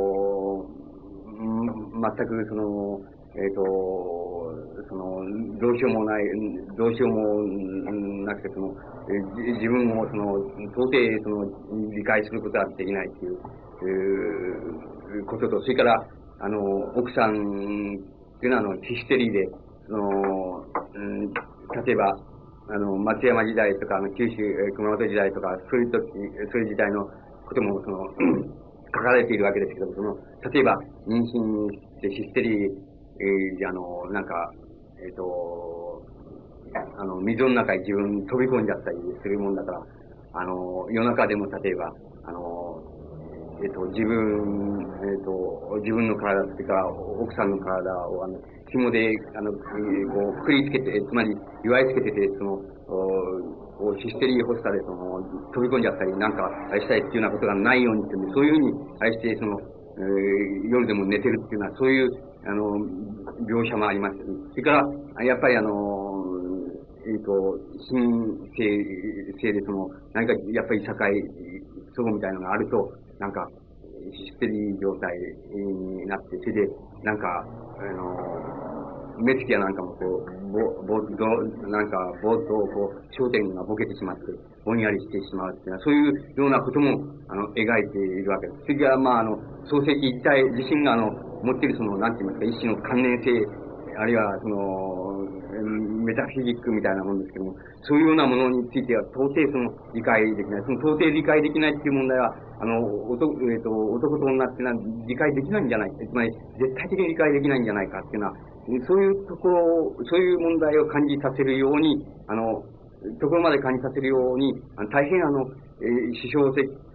S1: 全くその、えっ、ー、と、その、どうしようもない、どうしようもなくて、その、え自分をその、到底その、理解することはできないっていう、えー、ことと、それから、あの、奥さんっていうのは、あの、ヒステリーで、その、うん、例えば、あの、松山時代とか、あの、九州、熊本時代とか、そういう時、そういう時代のことも、その、書かれているわけですけども、その、例えば、妊娠してヒステリー、えー、あの、なんか、えっ、ー、と、あの、水の中に自分飛び込んじゃったりするもんだから、あの、夜中でも例えば、あの、えっ、ー、と、自分、えっ、ー、と、自分の体、それから奥さんの体を、あの、紐で、あの、えー、こう、くくりつけて、つまり、祝いつけてて、その、ヒステリー発作で、その、飛び込んじゃったり、なんか、あれしたりっていうようなことがないようにって、そういうふうに、あれして、その、えー、夜でも寝てるっていうのは、そういう、あの、描写もありますし、それから、やっぱりあの、えっ、ー、と、神聖、性でその、何か、やっぱり社会、祖母みたいなのがあると、なんか、ヒステリー状態になって、それで、なんか、あの、目つきやなんかもこう、ぼ、ぼ、ど、なんか、ぼーっとこう、焦点がぼけてしまって、ぼんやりしてしまうっていうのは、そういうようなことも、あの、描いているわけです。それから、まあ、あの、漱石一体自身が、あの、持っているその、なんて言いますか、一種の関連性、あるいは、その、メタフィジックみたいなもんですけども、そういうようなものについては到底その理解できない。その到底理解できないっていう問題は、あの、男、えっ、ー、と、男と女っていうのは理解できないんじゃないか。つまり、絶対的に理解できないんじゃないかっていうのは、そういうところ、そういう問題を感じさせるように、あの、ところまで感じさせるように、大変あの、えー、詩小説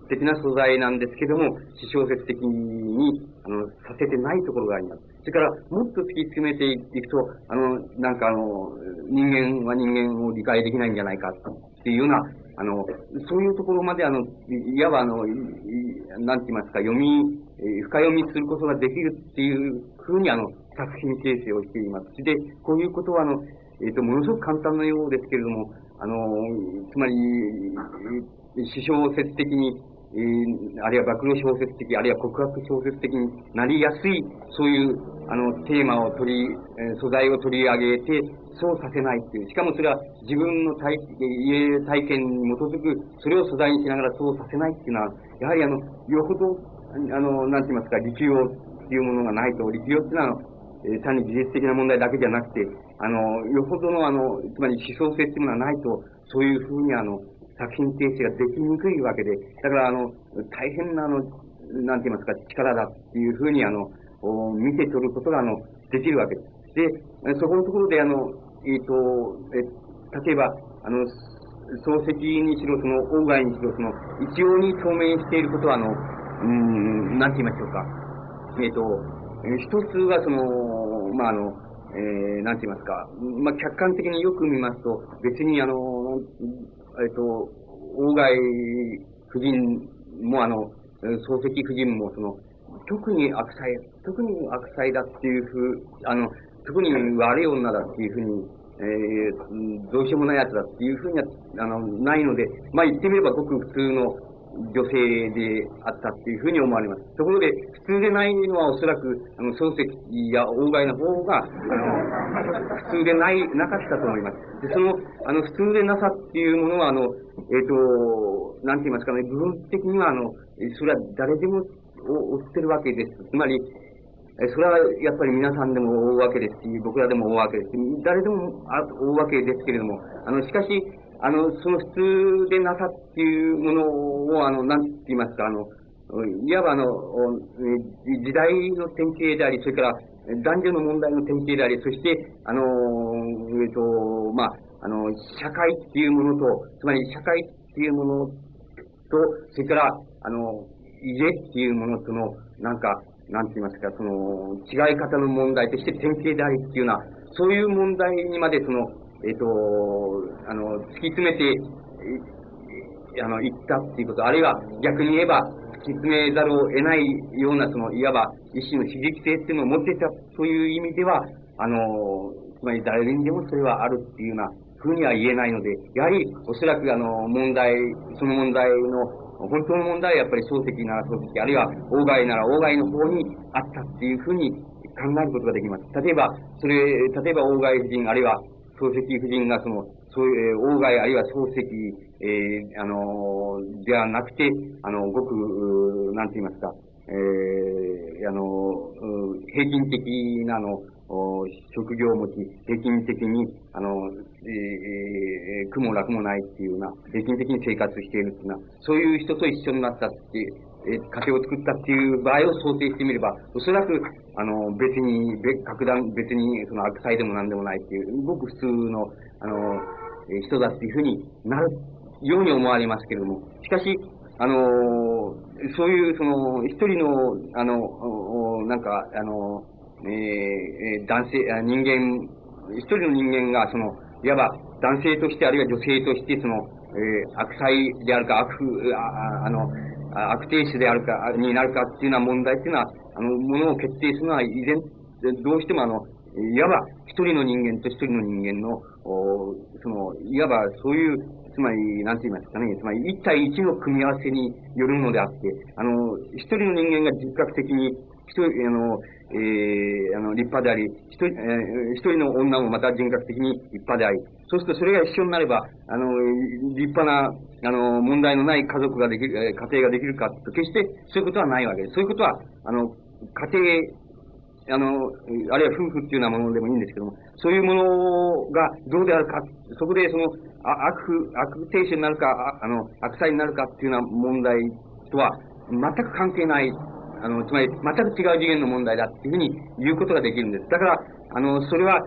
S1: 的な素材なんですけども、私小説的に、あの、させてないところがあります。それから、もっと突き詰めていくと、あの、なんかあの、人間は人間を理解できないんじゃないかっていうような、あの、そういうところまで、あの、いいわばあの、いいなんて言いますか、読み、えー深読みすることができるっていうふうに、あの、作品形成をしています。で、こういうことは、あの、えっ、と、ものすごく簡単なようですけれども、あの、つまり、詩小説的に、えーあるいは暴露小説的、あるいは告白小説的になりやすい、そういう、あの、テーマを取り、えー素材を取り上げて、そうさせないっていう。しかもそれは自分の体、家体験に基づく、それを素材にしながらそうさせないっていうのは、やはりあの、よほど、あの、なんて言いますか、力量っていうものがないと、力量っていうのは、えー単に技術的な問題だけじゃなくて、あの、よほどのあの、つまり思想性っていうものがないと、そういうふうにあの、作品形成ができにくいわけで、だからあの、大変なあの、なんて言いますか、力だっていうふうにあの、お見て取ることがあの、できるわけです。で、えそこのところであの、えっ、と、え、例えば、あの、漱石にしろ、その、外にしろ、その、一様に透明していることはあの、うーん、なんて言いましょうか。えっ、と、えー一つはその、まあ、あの、えー、なんて言いますか。まあ、客観的によく見ますと、別にあの、えっ、と、外夫人もあの、えー漱石夫人もその、特に悪妻、特に悪妻だっていうふう、あの、特に悪い女だっていうふうに、えーうんどうしようもないやつだっていうふうには、あの、ないので、まあ言ってみればごく普通の女性であったっていうふうに思われます。ところで、普通でないのはおそらく、あの、漱石や鴎外の方が、あの、普通でない、なかったと思います。で、その、あの、普通でなさっていうものは、あの、えっ、と、なんて言いますかね、部分的には、あの、それは誰でも追ってるわけです。つまり、えそれはやっぱり皆さんでも追うわけですし、僕らでも追うわけですし、誰でもあ追うわけですけれども、あの、しかし、あの、その普通でなさっていうものを、あの、なんて言いますか、あの、いわばあの、おえ時代の典型であり、それから男女の問題の典型であり、そして、あの、えっと、まあ、あの、社会っていうものと、つまり社会っていうものと、それから、あの、家っていうものとの、なんか、なんて言いますか、その、違い方の問題として典型でありっていうような、そういう問題にまで、その、えっ、と、あの、突き詰めて、えあの、言ったっていうこと、あるいは逆に言えば、突き詰めざるを得ないような、その、いわば、一種の刺激性っていうのを持っていたという意味では、あの、つまり誰にでもそれはあるっていうような、ふうには言えないので、やはり、おそらくあの、問題、その問題の、本当の問題はやっぱり漱石なら漱石、あるいは鴎外なら鴎外の方にあったっていうふうに考えることができます。例えば、それ、例えば鴎外夫人、あるいは漱石夫人がその、そういう、鴎外あるいは漱石、えー、あの、ではなくて、あの、ごく、うなんて言いますか、えー、あの、う平均的なあの、お職業を持ち、平均的に、あの、えー、苦も楽もないっていうような、平均的に生活しているっていうような、そういう人と一緒になったっていう、えー家庭を作ったっていう場合を想定してみれば、おそらく、あの、別に、別、格段、別に、その悪妻でも何でもないっていう、ごく普通の、あの、えー人だっていうふうになるように思われますけれども、しかし、あの、そういう、その、一人の、あの、おおなんか、あの、えーえー男性、あ人間、一人の人間が、その、いわば男性として、あるいは女性として、その、えー悪妻であるか、悪、ああの、あ悪亭主であるか、になるかっていうような問題っていうのは、あの、ものを決定するのは、依然、どうしてもあの、いわば一人の人間と一人の人間の、おその、いわばそういう、つまり、なんて言いますかね、つまり一対一の組み合わせによるのであって、あの、一人の人間が人格的に、一人、あの、えー、あの、立派であり、一人、えー一人の女もまた人格的に立派であり、そうするとそれが一緒になれば、あの、立派な、あの、問題のない家族ができる、えー家庭ができるかと、決してそういうことはないわけです。そういうことは、あの、家庭、あの、あるいは夫婦っていうようなものでもいいんですけども、そういうものがどうであるか、そこでその、あ悪、悪亭主になるか、ああの、悪妻になるかっていうような問題とは全く関係ない、あの、つまり全く違う次元の問題だっていうふうに言うことができるんです。だから、あの、それは、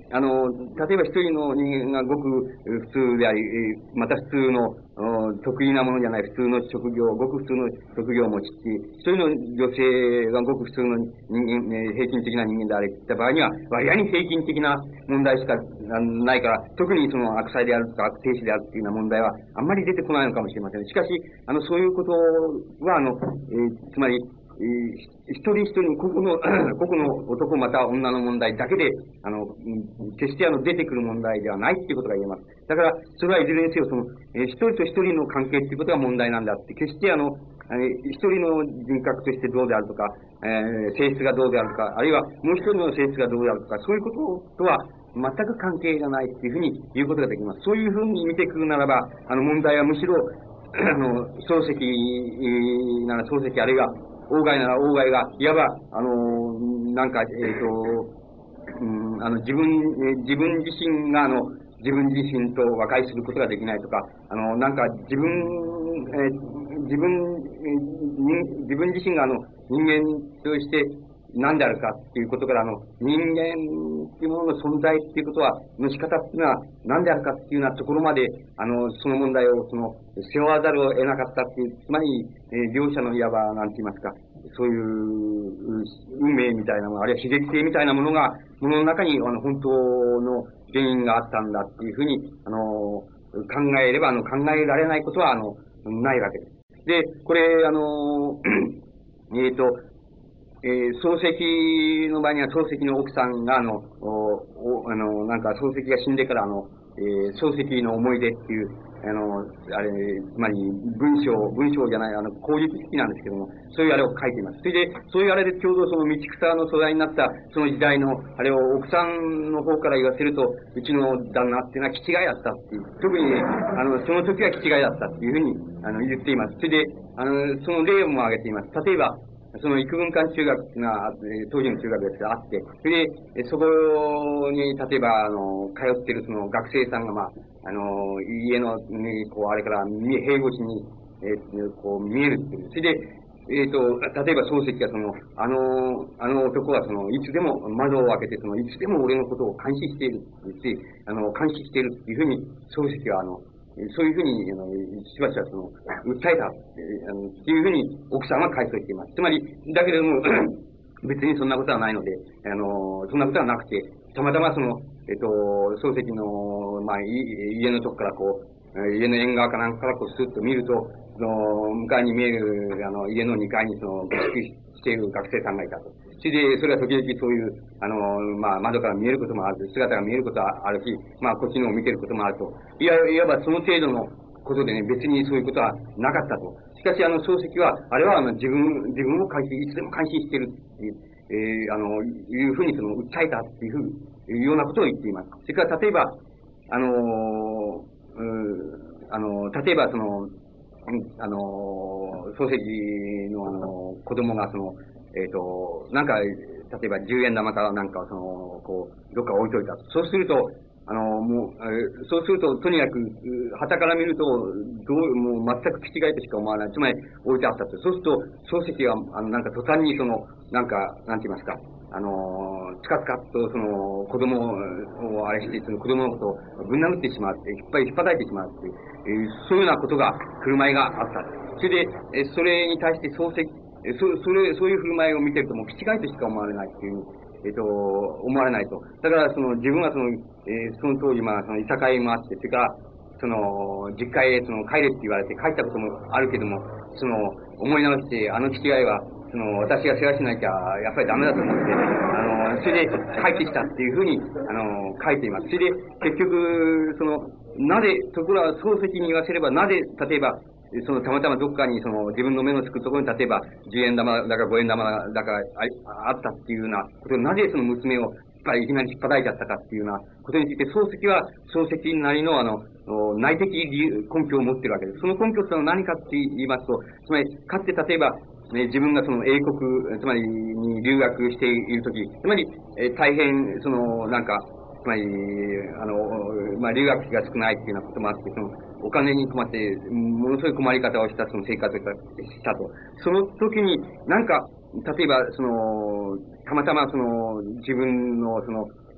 S1: あの、例えば一人の人間がごく普通であり、また普通の得意なものじゃない普通の職業、ごく普通の職業を持ち、一人の女性がごく普通の人間、平均的な人間であれった場合には、割合に平均的な問題しかないから、特にその悪妻であるとか悪亭主であるっていうような問題はあんまり出てこないのかもしれません。しかし、あの、そういうことは、あの、えー、つまり、一人一人、個々の、個々の男または女の問題だけで、あの、決してあの、出てくる問題ではないっていうことが言えます。だから、それはいずれにせよ、その、えー、一人と一人の関係っていうことが問題なんだって、決してあの、一人の人格としてどうであるとか、えー、性質がどうであるとか、あるいはもう一人の性質がどうであるとか、そういうこととは全く関係がないっていうふうに言うことができます。そういうふうに見てくるならば、あの、問題はむしろ、あの、漱石なら漱石、あるいは、鴎外なら鴎外が、いわば、あの、なんか、えっ、ー、と、うん、あの、自分、自分自身が、あの、自分自身と和解することができないとか、あの、なんか、自分、えー、自分、えー、自分自身が、あの、人間として何であるかっていうことから、あの、人間っていうものの存在っていうことは、の仕方っていうのは何であるかっていうようなところまで、あの、その問題を、その、背負わざるを得なかったっていう、つまり、えー、両者のいわば、なんて言いますか、そういう、運命みたいなもの、あるいは自然性みたいなものが、ものの中に、あの、本当の原因があったんだっていうふうに、あの、考えれば、あの、考えられないことは、あの、ないわけです。で、これ、あの、えっと、えー、漱石の場合には、漱石の奥さんが、あの、お、あの、なんか、漱石が死んでから、あの、えー、漱石の思い出っていう、あの、あれ、つまり、文章、文章じゃない、あの、口述式なんですけども、そういうあれを書いています。それで、そういうあれでちょうどその道草の素材になった、その時代の、あれを奥さんの方から言わせると、うちの旦那っていうのは気違いだったっていう、特にね、あの、その時は気違いだったっていうふうに、あの、言っています。それで、あの、その例も挙げています。例えば、その幾分間中学が、当時の中学ですがあって、それで、そこに、例えば、あの、通っているその学生さんが、まあ、あの、家の、ね、こう、あれから、塀越しに、えー、こう、見えるっていう。それで、えっ、ー、と、例えば漱石がその、あの、あの男はその、いつでも窓を開けて、その、いつでも俺のことを監視しているって言って、あの、監視しているっていうふうに、漱石は、あの、そういうふうに、あの、しばしばその、訴えた、あの、っていうふうに奥さんは回答しています。つまり、だけれども、別にそんなことはないので、あの、そんなことはなくて、たまたまその、えっと、漱石の、まあ、家のとこからこう、家の縁側かなんかからこう、スッと見ると、その、向かいに見える、あの、家のにかいにその、下宿している学生さんがいたと。それで、それは時々そういう、あの、まあ、窓から見えることもあるし、姿が見えることはあるし、まあ、こっちのを見てることもあると。いわいわばその程度のことでね、別にそういうことはなかったと。しかし、あの、漱石は、あれは、あの、自分、自分を監視、いつでも監視しているっていう、えー、あの、いうふうにその、訴えたっていうふう、いうようなことを言っています。それから、例えば、あのー、あの、例えばその、あの、漱石のあの、子供がその、えっ、ー、と、なんか、例えばじゅうえん玉かなんかをその、こう、どっか置いといた。そうすると、あの、もう、そうすると、とにかく、旗から見ると、どう、もう全く気違いとしか思わない。つまり、置いてあったと。そうすると、漱石は、あの、なんか途端にその、なんか、なんて言いますか、あの、つかつかっと、その、子供をあれして、その子供のことをぶん殴ってしまって、引っ張り、引っ叩いてしまうっていう、えー、そういうようなことが、振る舞いがあった。それで、えそれに対して漱石、そ、それ、そういう振る舞いを見てると、もう気違いとしか思われないっていう、えっと、思われないと。だから、その、自分はその、えー、その当時、まあ、その、いさかいもあって、それから、その、実家へ、その、帰れって言われて帰ったこともあるけども、その、思い直して、あの気違いは、その、私が世話しなきゃ、やっぱりダメだと思って、あの、それで帰ってきたっていうふうに、あの、書いています。それで、結局、その、なぜ、ところが漱石に言わせれば、なぜ、例えば、その、たまたまどっかに、その、自分の目のつくところに、例えば、じゅうえん玉だかごえん玉だかあ、あったっていうようなことを、なぜその娘を、いきなり引っ叩いちゃったかっていうようなことについて、漱石は漱石なりの、あの、内的理由、根拠を持っているわけです。その根拠ってのは何かって言いますと、つまり、かつて例えば、ね、自分がその英国、つまりに留学しているとき、つまり、えー、大変、その、なんか、つまり、あの、まあ、留学費が少ないっていうようなこともあって、その、お金に困って、ものすごい困り方をした、その生活をしたと。その時に、なんか、例えば、その、たまたまその、自分の、その、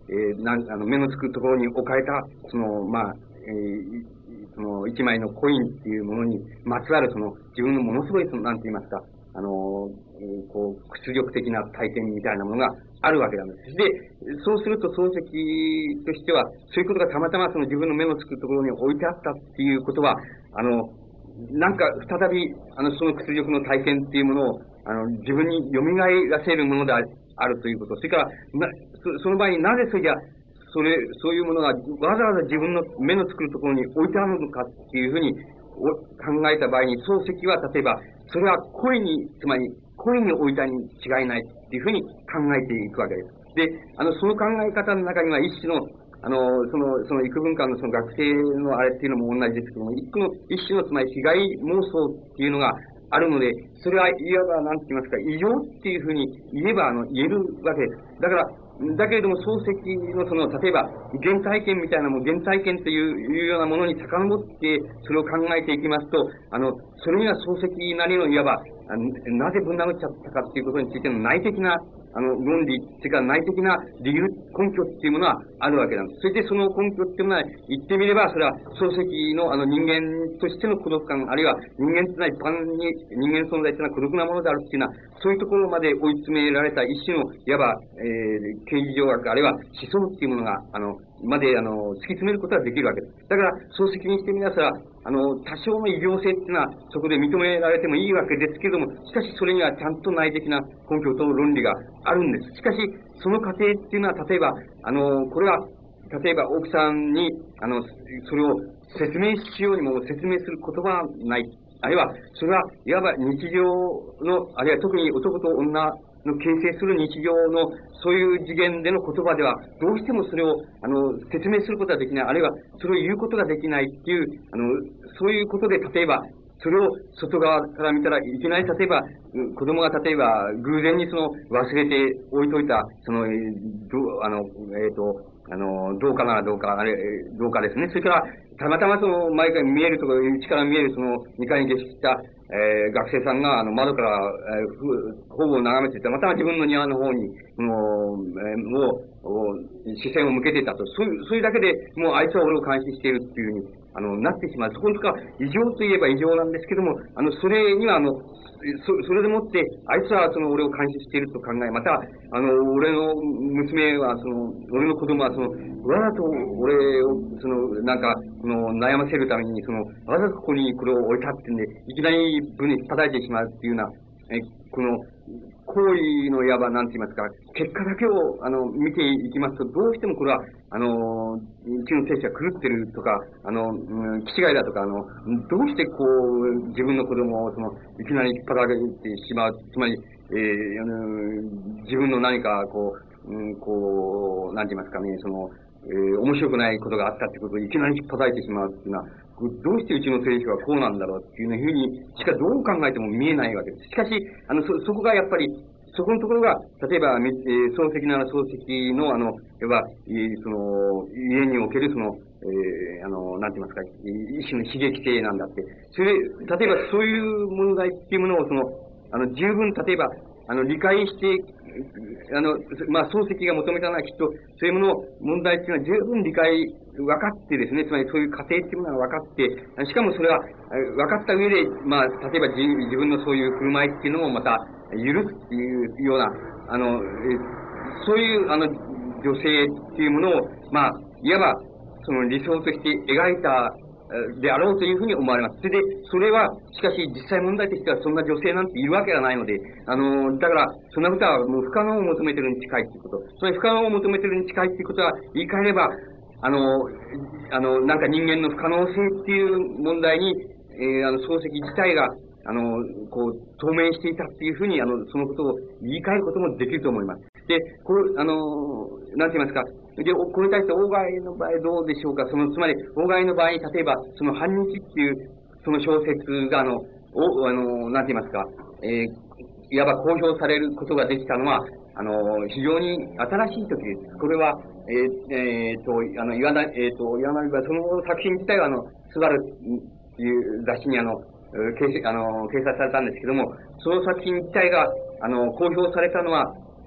S1: えー、なん、あの、目のつくところに置かれた、その、まあ、えー、その、一枚のコインっていうものにまつわる、その、自分のものすごい、その、なんて言いますか、あの、えー、こう、屈辱的な体験みたいなものがあるわけなんです。で、そうすると漱石としては、そういうことがたまたまその自分の目のつくところに置いてあったっていうことは、あの、なんか再び、あの、その屈辱の体験っていうものを、あの、自分に蘇らせるものであるということ。それから、な、そその場合になぜそれじゃ、それ、そういうものがわざわざ自分の目のつくところに置いてあるのかっていうふうに考えた場合に、漱石は例えば、それは恋に、つまり恋に置いたに違いないっていうふうに考えていくわけです。で、あの、その考え方の中には一種の、あの、その、その幾分間のその学生のあれっていうのも同じですけども、一種の、一種のつまり被害妄想っていうのがあるので、それはいわば、なんて言いますか、異常っていうふうに言えば、あの、言えるわけです。だから、だけれども、漱石のその、例えば、原体験みたいなもの、原体験といういうようなものに遡って、それを考えていきますと、あの、それには漱石なりのいわば、あのなぜぶん殴っちゃったかっていうことについての内的な、あの、論理、それから内的な理由、根拠っていうものはあるわけなんです。それでその根拠っていうものは、言ってみれば、それは漱石のあの人間としての孤独感、あるいは人間というのは一般に、人間存在というのは孤独なものであるっていうのは、そういうところまで追い詰められた一種の、いわば、えー、形而上学、あるいは思想っていうものが、あの、まで、あの、突き詰めることができるわけです。だから、漱石にしてみなさら、あの、多少の異常性っていうのは、そこで認められてもいいわけですけれども、しかしそれにはちゃんと内的な根拠と論理があるんです。しかし、その過程っていうのは、例えば、あの、これは、例えば奥さんに、あの、それを説明しようにも説明する言葉はない。あるいは、それはいわば日常の、あるいは特に男と女の形成する日常の、そういう次元での言葉では、どうしてもそれを、あの、説明することはできない。あるいは、それを言うことができないっていう、あの、そういうことで、例えば、それを外側から見たらいきなり、例えば、子供が例えば、偶然にその、忘れて置いといた、その、えー、どあの、えっ、ー、と、あの、どうかならどうか、あれ、どうかですね。それから、たまたまその、前から見えるところ、内から見えるその、にかいに下してきた、えー、学生さんが、あの、窓から、えー、ほぼ眺めていた、また自分の庭の方に、その、えー、もう、視線を向けていたと。そういう、そういうだけで、もうあいつは俺を監視しているっていうふうに、あの、なってしまう。そこにか、異常といえば異常なんですけども、あの、それには、あの、そ、それでもって、あいつはその俺を監視していると考え、また、あの、俺の娘は、その、俺の子供は、その、わざと俺を、その、なんか、この、悩ませるために、その、わざとここにこれを置いたってんで、いきなり部に叩いてしまうっていうような、え、この、行為のいわば、なんて言いますか、結果だけを、あの、見ていきますと、どうしてもこれは、あの、うちの亭主は狂ってるとか、あの、うん、気違いだとか、あの、どうしてこう、自分の子供を、その、いきなり引っ張られてしまう、つまり、えー、あの、自分の何か、こう、うん、こう、なんて言いますかね、その、えー、面白くないことがあったってことをいきなり引っ叩いてしまうっていうのは、どうしてうちの聖書はこうなんだろうっていうふうにしかどう考えても見えないわけです。しかし、あの、そ、そこがやっぱり、そこのところが、例えば、えー、漱石なら漱石の、あの、いわば、えー、その、家におけるその、えー、あの、なんて言いますか、一種の悲劇性なんだって。それ、例えばそういう問題っていうものを、その、あの、十分、例えば、あの、理解して、あの、まあ、漱石が求めたのはきっと、そういうものを、問題っていうのは十分理解、分かってですね、つまりそういう過程っていうものが分かって、しかもそれは、分かった上で、まあ、例えば自自分のそういう振る舞いっていうのもまた、許すっていうような、あの、そういう、あの、女性っていうものを、まあ、いわば、その理想として描いた、であろうというふうに思われます。それで、それは、しかし実際問題としてはそんな女性なんているわけがないので、あの、だから、そんなことはもう不可能を求めてるに近いっていうこと。その不可能を求めてるに近いっていうことは、言い換えれば、あの、あの、なんか人間の不可能性っていう問題に、えー、あの、漱石自体が、あの、こう、透明していたっていうふうに、あの、そのことを言い換えることもできると思います。で、これ、あの、なんて言いますか、で、これに対して、外の場合どうでしょうか。その、つまり、外の場合に、例えば、その、反日っていう、その小説が、あの、お、あの、なんて言いますか、えー、いわば公表されることができたのは、あの、非常に新しい時です。これは、えー、えー、と、あの、岩田、えー、と、岩波は、その作品自体は、あの、スバルっていう雑誌に、あの、掲あの掲載されたんですけども、その作品自体が、あの、公表されたのは、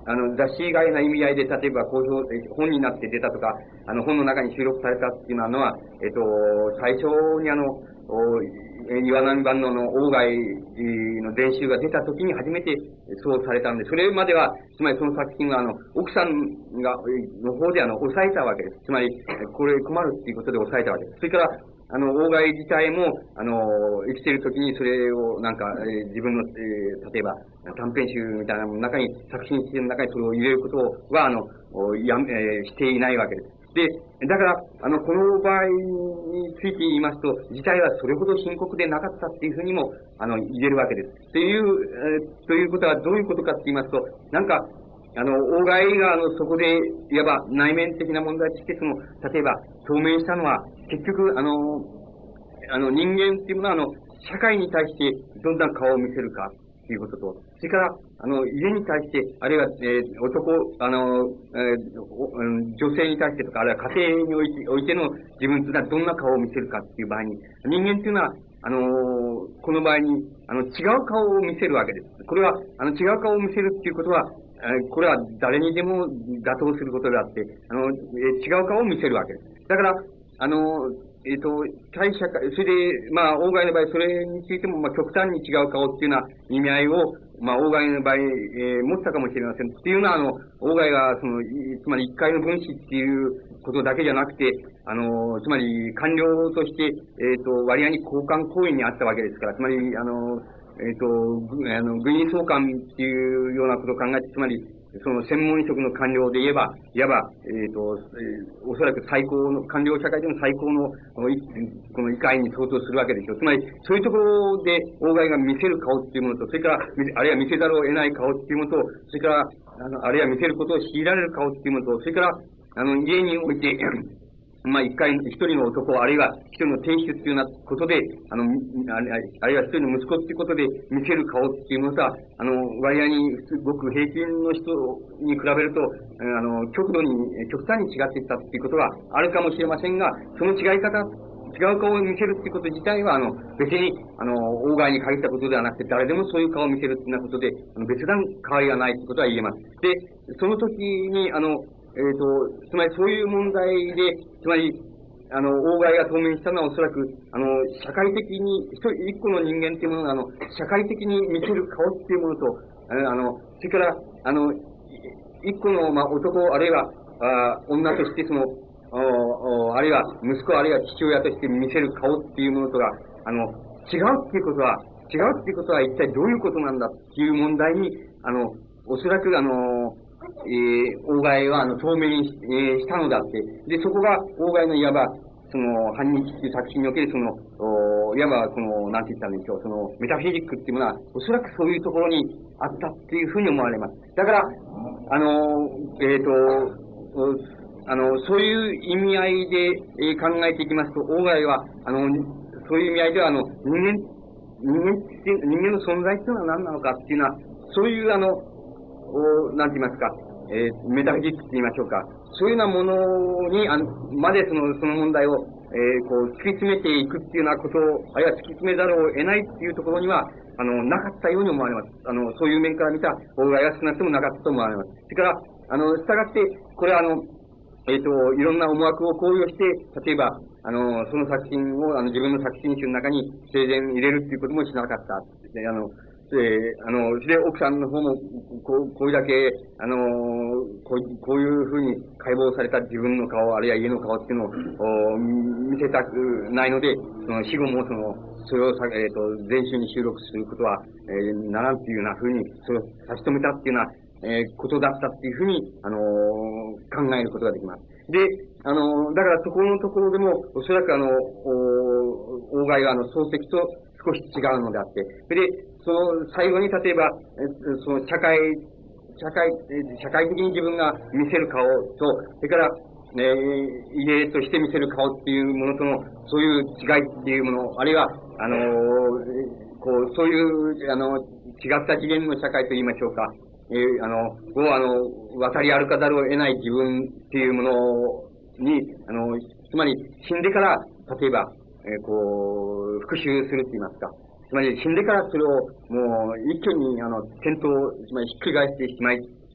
S1: あの、雑誌以外の意味合いで、例えば公表、本になって出たとか、あの、本の中に収録されたっていうのは、えっと、最初にあの、岩波万能の鴎外の伝習が出た時に初めてそうされたので、それまでは、つまりその作品は、あの、奥さんが、の方であの、抑えたわけです。つまり、これ困るっていうことで抑えたわけです。それから、あの、鴎外自体も、あの、生きている時にそれを、なんか、えー、自分の、えー、例えば、短編集みたいなの中に、作品集の中にそれを入れることは、あの、や、えー、していないわけです。で、だから、あの、この場合について言いますと、事態はそれほど深刻でなかったっていうふうにも、あの、言えるわけです。っていう、えー、ということはどういうことかって言いますと、なんか、あの、鴎外が、あの、そこで、いわば内面的な問題として、その、例えば、表明したのは、結局、あの、あの、人間っていうものは、あの、社会に対してどんな顔を見せるかっていうことと、それから、あの、家に対して、あるいは、えー、男、あの、えー、女性に対してとか、あるいは家庭において、おいての自分というのはどんな顔を見せるかっていう場合に、人間っていうのは、あのー、この場合に、あの、違う顔を見せるわけです。これは、あの、違う顔を見せるっていうことは、これは誰にでも妥当することであって、あの、え違う顔を見せるわけです。だから、あの、えっ、と、対社会、それで、まあ、鴎外の場合、それについても、まあ、極端に違う顔っていうような意味合いを、まあ、鴎外の場合、えー、持ったかもしれません。っていうのは、あの、鴎外が、その、つまり一回の分子っていうことだけじゃなくて、あの、つまり官僚として、えっ、と、割合に交換行為にあったわけですから、つまり、あの、えっ、と、あの、軍医総監っていうようなことを考えて、つまり、その専門職の官僚で言えば、いわば、えっ、と、えー、おそらく最高の、官僚社会での最高の、この、この異界に相当するわけでしょう。つまり、そういうところで、鴎外が見せる顔っていうものと、それから、あるいは見せざるを得ない顔っていうものと、それから、あの、あるいは見せることを強いられる顔っていうものと、それから、あの、家において、まあ、一回、一人の男、あるいは一人の亭主っていうようなことで、あの、あるいは一人の息子っていうことで見せる顔っていうものとは、あの、割合にごく平均の人に比べると、あの、極度に、極端に違っていったっていうことはあるかもしれませんが、その違い方、違う顔を見せるっていうこと自体は、あの、別に、あの、鴎外に限ったことではなくて、誰でもそういう顔を見せるっていうようなことで、あの別段変わりがないってことは言えます。で、その時に、あの、えっ、と、つまりそういう問題で、つまり、あの、鴎外が当面したのはおそらく、あの、社会的に、一人、一個の人間っていうものが、あの、社会的に見せる顔っていうものと、あの、それから、あの、一個の、まあ、男、あるいは、あ女として、その、おあるいは、息子、あるいは父親として見せる顔っていうものとが、あの、違うっていうことは、違うっていうことは一体どういうことなんだっていう問題に、あの、おそらく、あの、えー、鴎外は、あの、透明にし、えー、したのだって。で、そこが、鴎外のいわば、その、反日っていう作品における、その、おいわば、その、なんて言ったらいいんでしょう、その、メタフィジックっていうものは、おそらくそういうところにあったっていうふうに思われます。だから、あの、えっ、ー、と、あの、そういう意味合いで、えー、考えていきますと、鴎外は、あの、そういう意味合いでは、あの、人間、人間って、人間の存在っていうのは何なのかっていうのは、そういう、あの、おなんて言いますか、えー、メタフィジックって言いましょうか。そういうようなものに、あの、までその、その問題を、えー、こう、突き詰めていくっていうようなことを、あるいは突き詰めざるを得ないっていうところには、あの、なかったように思われます。あの、そういう面から見た妨害が少なくともなかったと思われます。それから、あの、従って、これはあの、えっ、ー、と、いろんな思惑を考慮して、例えば、あの、その作品を、あの、自分の作品集の中に生前入れるっていうこともしなかった。で、あの、えー、あの、で、奥さんの方も、こう、こういうだけ、あのこう、こういうふうに解剖された自分の顔、あるいは家の顔っていうのを、見せたくないので、その死後もその、それをさ、えっ、ー、と、全集に収録することは、えー、ならんっていうようなふうに、それを差し止めたっていうような、えー、ことだったっていうふうに、あのー、考えることができます。で、あのー、だからそこのところでも、おそらくあの、鴎外はあの、漱石と少し違うのであって、それで、その最後に例えば、その社会、社会、社会的に自分が見せる顔と、それから、えー、家として見せる顔っていうものとの、そういう違いっていうもの、あるいは、あのー、こう、そういう、あの、違った次元の社会と言いましょうか。えー、あの、を、あの、渡り歩かざるを得ない自分っていうものに、あの、つまり死んでから、例えば、えー、こう、復讐するって言いますか。つまり死んでからそれをもう一挙にあの、転倒、つまりひっくり返してしまい、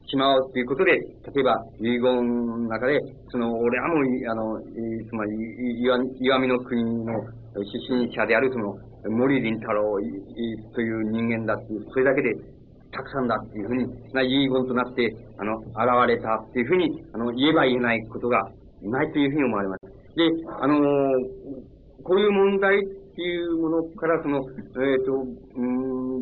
S1: しまうということで、例えば、遺言の中で、その、俺はもう、あの、つまり、岩見の国の出身者である、その、森林太郎という人間だっていう、それだけで、たくさんだっていうふうに、な遺言となって、あの、現れたっていうふうに、あの、言えば言えないことがないというふうに思われます。で、あの、こういう問題っていうものから、その、えっと、うん、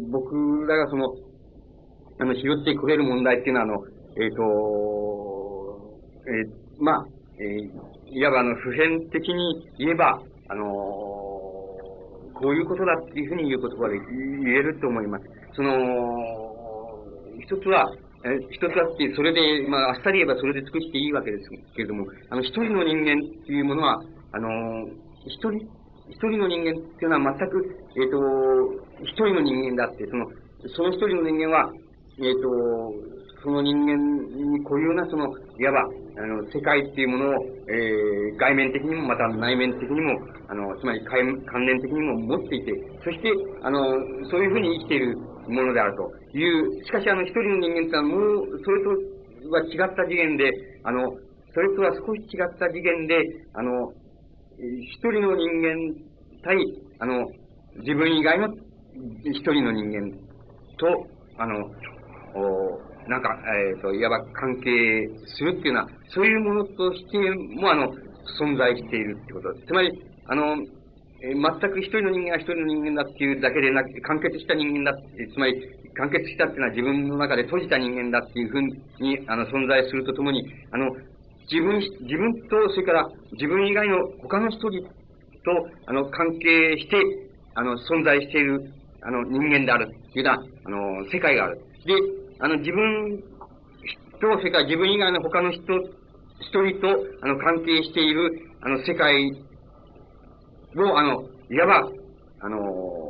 S1: 僕らがその、あの、拾ってくれる問題っていうのは、あの、えっ、と、えー、まあ、えー、いわばあの、普遍的に言えば、あのー、こういうことだっていうふうに言う言葉で言えると思います。その、一つは、えー、一つはって、それで、まあ、あっさり言えばそれで尽くしていいわけですけれども、あの、一人の人間っていうものは、あのー、一人、一人の人間っていうのは全く、えっ、と、一人の人間だって、その、その一人の人間は、えっ、と、その人間に固有な、その、いわば、あの、世界っていうものを、えー、外面的にも、また内面的にも、あの、つまり関連的にも持っていて、そして、あの、そういうふうに生きているものであるという、しかし、あの、一人の人間ってのは、もう、それとは違った次元で、あの、それとは少し違った次元で、あの、一人の人間対、あの、自分以外の一人の人間と、あの、おなんか、えっ、ー、と、いわば関係するっていうのは、そういうものとしても、あの、存在しているってことです。つまり、あの、えー、全く一人の人間は一人の人間だっていうだけでなくて、完結した人間だって、つまり、完結したっていうのは自分の中で閉じた人間だっていうふうに、あの、存在するとともに、あの、自分、自分と、それから自分以外の他の一人と、あの、関係して、あの、存在している、あの、人間であるっていうような、あの、世界がある。で、あの、自分と、それから自分以外の他の人、一人と、あの、関係している、あの、世界を、あの、いわば、あの、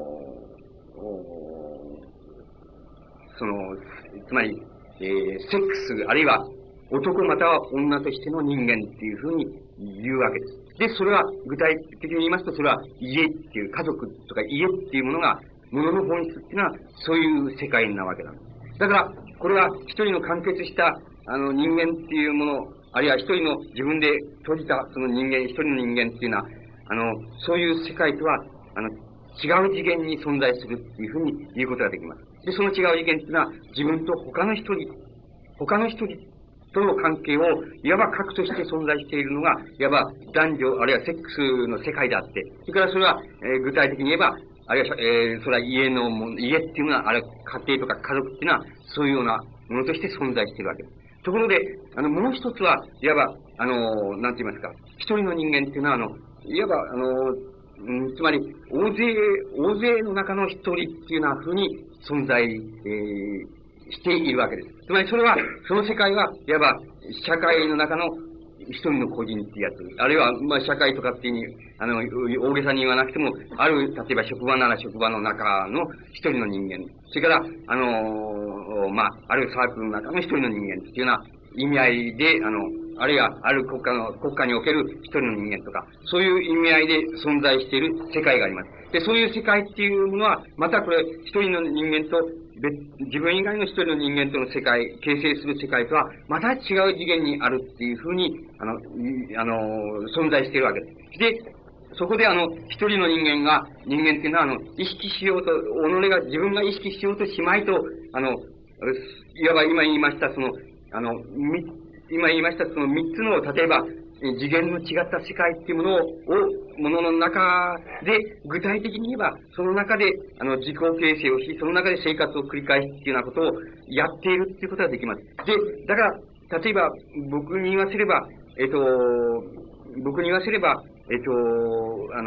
S1: その、つまり、えー、セックス、あるいは、男または女としての人間っていうふうに言うわけです。で、それは、具体的に言いますと、それは、家っていう、家族とか家っていうものが、ものの本質っていうのは、そういう世界なわけなんです。だから、これは一人の完結した、あの、人間っていうもの、あるいは一人の自分で閉じたその人間、一人の人間っていうのは、あの、そういう世界とは、あの、違う次元に存在するっていうふうに言うことができます。で、その違う次元っていうのは、自分と他の一人、他の一人との関係を、いわば核として存在しているのが、いわば男女、あるいはセックスの世界であって、それからそれは、えー、具体的に言えば、あるいは、えー、それは家のもの、家っていうのは、あるいは家庭とか家族っていうのは、そういうようなものとして存在しているわけです。ところで、あの、もう一つは、いわば、あの、なんて言いますか、一人の人間っていうのは、あの、いわば、あの、うん、つまり、大勢、大勢の中の一人っていうような風に存在、えー、しているわけです。つまり、それは、その世界は、いわば、社会の中の一人の個人っていうやつ。あるいは、まあ、社会とかっていうに、あの、大げさに言わなくても、ある、例えば職場なら職場の中の一人の人間。それから、あの、まあ、あるサークルの中の一人の人間っていうような意味合いで、あの、あるいは、ある国家の、国家における一人の人間とか、そういう意味合いで存在している世界があります。で、そういう世界っていうものは、またこれ、一人の人間と、別、自分以外の一人の人間との世界、形成する世界とは、また違う次元にあるっていうふうに、あの、あの、存在しているわけです。で、そこであの、一人の人間が、人間っていうのは、あの、意識しようと、己が、自分が意識しようとしまいと、あの、いわば今言いました、その、あの、今言いましたその三つの、例えば、次元の違った世界っていうものを、ものの中で、具体的に言えば、その中で、あの、自己形成をし、その中で生活を繰り返すっていうようなことをやっているっていうことができます。で、だから、例えば、僕に言わせれば、えっと、僕に言わせれば、えっと、あの、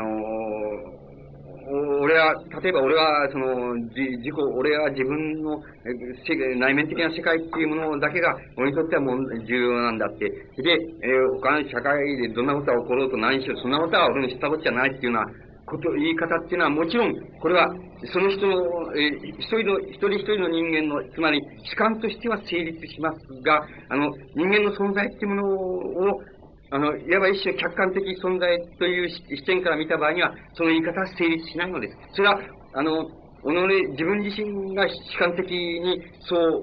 S1: 俺は、例えば俺は、その、自己、俺は自分の内面的な世界っていうものだけが、俺にとってはもう重要なんだって。で、えー、他の社会でどんなことが起ころうと何しろ、そんなことは俺の知ったことじゃないっていうようなこと、言い方っていうのはもちろん、これは、その人の、えー、一人の、一人一人の人間の、つまり主観としては成立しますが、あの、人間の存在っていうものを、あの、いわば一種客観的存在という視点から見た場合には、その言い方は成立しないのです。それは、あの、己、自分自身が主観的にそう、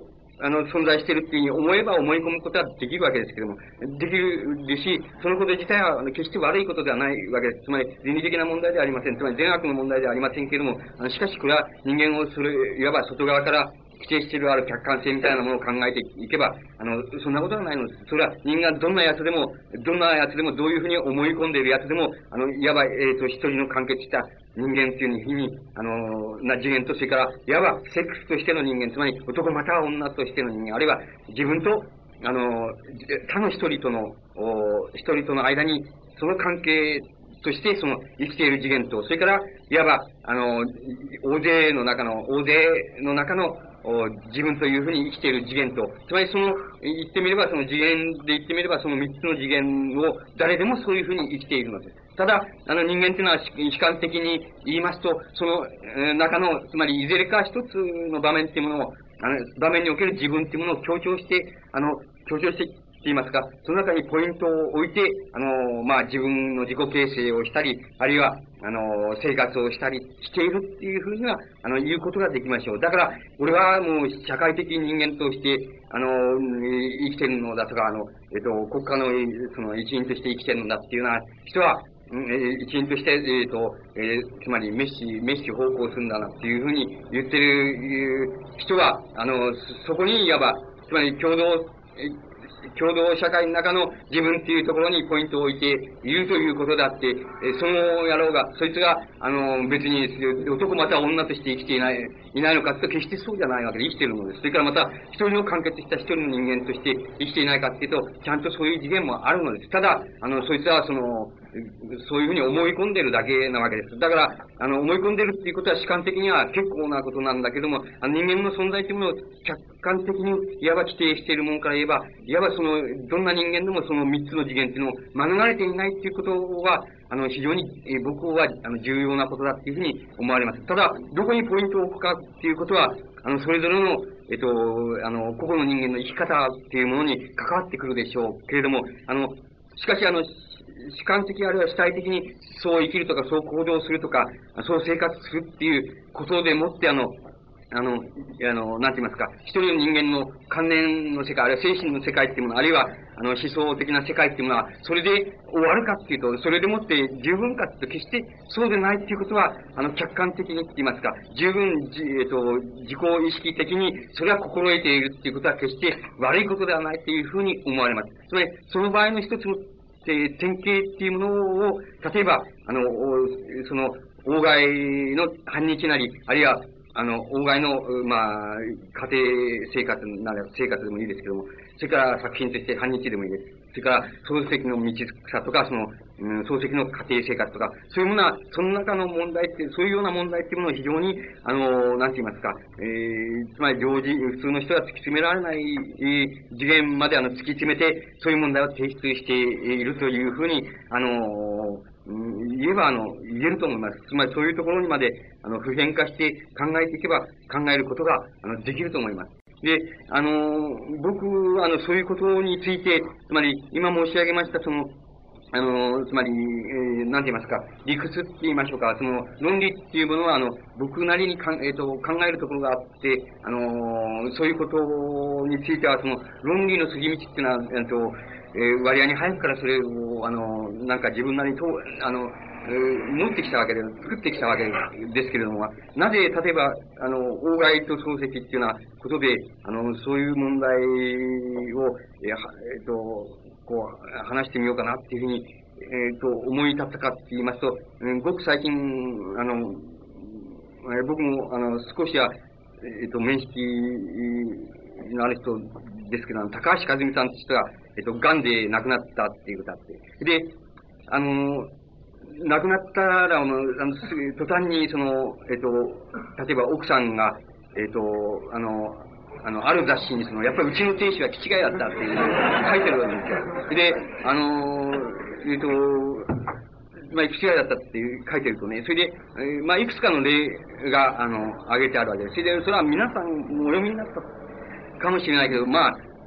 S1: あの、存在しているっていうふうに思えば思い込むことはできるわけですけども、できるですし、そのこと自体は決して悪いことではないわけです。つまり、倫理的な問題ではありません。つまり、善悪の問題ではありませんけれども、あのしかしこれは人間をそれ、いわば外側から規定しているある客観性みたいなものを考えていけば、あの、そんなことはないのです。それは人間がどんな奴でも、どんな奴でもどういうふうに思い込んでいる奴でも、あの、いわば、えっ、と、一人の完結した人間っていうふうに、あの、な次元と、それから、いわば、セックスとしての人間、つまり男または女としての人間、あるいは自分と、あの、他の一人との、お一人との間に、その関係として、その、生きている次元と、それから、いわば、あの、大勢の中の、大勢の中の、自分というふうに生きている次元と、つまりその、言ってみれば、その次元で言ってみれば、その三つの次元を誰でもそういうふうに生きているのです。ただ、あの人間というのは悲観的に言いますと、その中の、つまりいずれか一つの場面っていうものを、あの場面における自分っていうものを強調して、あの、強調してと言いますか、その中にポイントを置いて、あの、まあ、自分の自己形成をしたり、あるいは、あの、生活をしたりしているっていうふうには、あの、言うことができましょう。だから、俺はもう社会的人間として、あの、生きてるのだとか、あの、えっと、国家の、その、一員として生きてるのだっていうような人は、一員として、えっと、えー、つまり、滅死、滅死奉公するんだなっていうふうに言ってる人は、あの、そこにいわば、つまり共同、共同社会の中の自分っていうところにポイントを置いているということだって、その野郎が、そいつが、あの、別に男または女として生きていない、いないのかって決してそうじゃないわけで生きているのです。それからまた、一人の完結した一人の人間として生きていないかっていうと、ちゃんとそういう次元もあるのです。ただ、あの、そいつはその、そういうふうに思い込んでいるだけなわけです。だから、あの、思い込んでいるっていうことは主観的には結構なことなんだけども、あの人間の存在というものを客観的にいわば規定しているものから言えば、いわばその、どんな人間でもその三つの次元っていうのを免れていないっていうことは、あの、非常に、えー、僕は、あの、重要なことだっていうふうに思われます。ただ、どこにポイントを置くかっていうことは、あの、それぞれの、えっと、あの、個々の人間の生き方っていうものに関わってくるでしょうけれども、あの、しかし、あの、主観的あるいは主体的にそう生きるとか、そう行動するとか、そう生活するっていうことでもって、あの、あの、あの、なんて言いますか、一人の人間の観念の世界、あるいは精神の世界っていうもの、あるいは、あの、思想的な世界っていうものは、それで終わるかっていうと、それでもって十分かっていうと、決してそうでないっていうことは、あの、客観的にって言いますか、十分、じえっと、自己意識的に、それは心得ているっていうことは決して悪いことではないっていうふうに思われます。つまり、その場合の一つの典型っていうものを、例えば、あの、その、王外の反日なり、あるいは、あの、王外の、まあ、家庭生活なら、生活でもいいですけども、それから作品として反日でもいいです。それから、漱石の道草とか、その、うん、漱石の家庭生活とか、そういうものは、その中の問題って、そういうような問題っていうものを非常に、あの、なんて言いますか、えー、つまり、領事、普通の人は突き詰められない、えー、次元まで、あの、突き詰めて、そういう問題を提出しているというふうに、あの、言えば、あの、言えると思います。つまり、そういうところにまで、あの、普遍化して考えていけば、考えることが、あの、できると思います。で、あの、僕は、あの、そういうことについて、つまり、今申し上げました、その、あの、つまり、えー、なんて言いますか、理屈って言いましょうか、その、論理っていうものは、あの、僕なりにかん、えっと、考えるところがあって、あの、そういうことについては、その、論理の筋道っていうのは、えっと、えー、割合に早くからそれを、あの、なんか自分なりにと、あの、えー、持ってきたわけで、作ってきたわけですけれども、なぜ、例えば、あの、王外と漱石っていうようなことで、あの、そういう問題を、えー、えー、と、こう、話してみようかなっていうふうに、えっ、と、思い立ったかって言いますと、うん、ごく最近、あの、えー、僕も、あの、少しは、えっ、と、面識のある人ですけど、高橋和美さんって人が、えっと、癌で亡くなったっていうことがあって。で、あの、亡くなったら、あの、あの途端に、その、えっと、例えば奥さんが、えっと、あの、あの、ある雑誌に、その、やっぱりうちの亭主は気違いだったっていう書いてるわけですよ。で、あの、えっと、まあ、気違いだったっていう書いてるとね、それで、えー、まあ、いくつかの例が、あの、挙げてあるわけです。それで、それは皆さんもお読みになったかもしれないけど、まあ、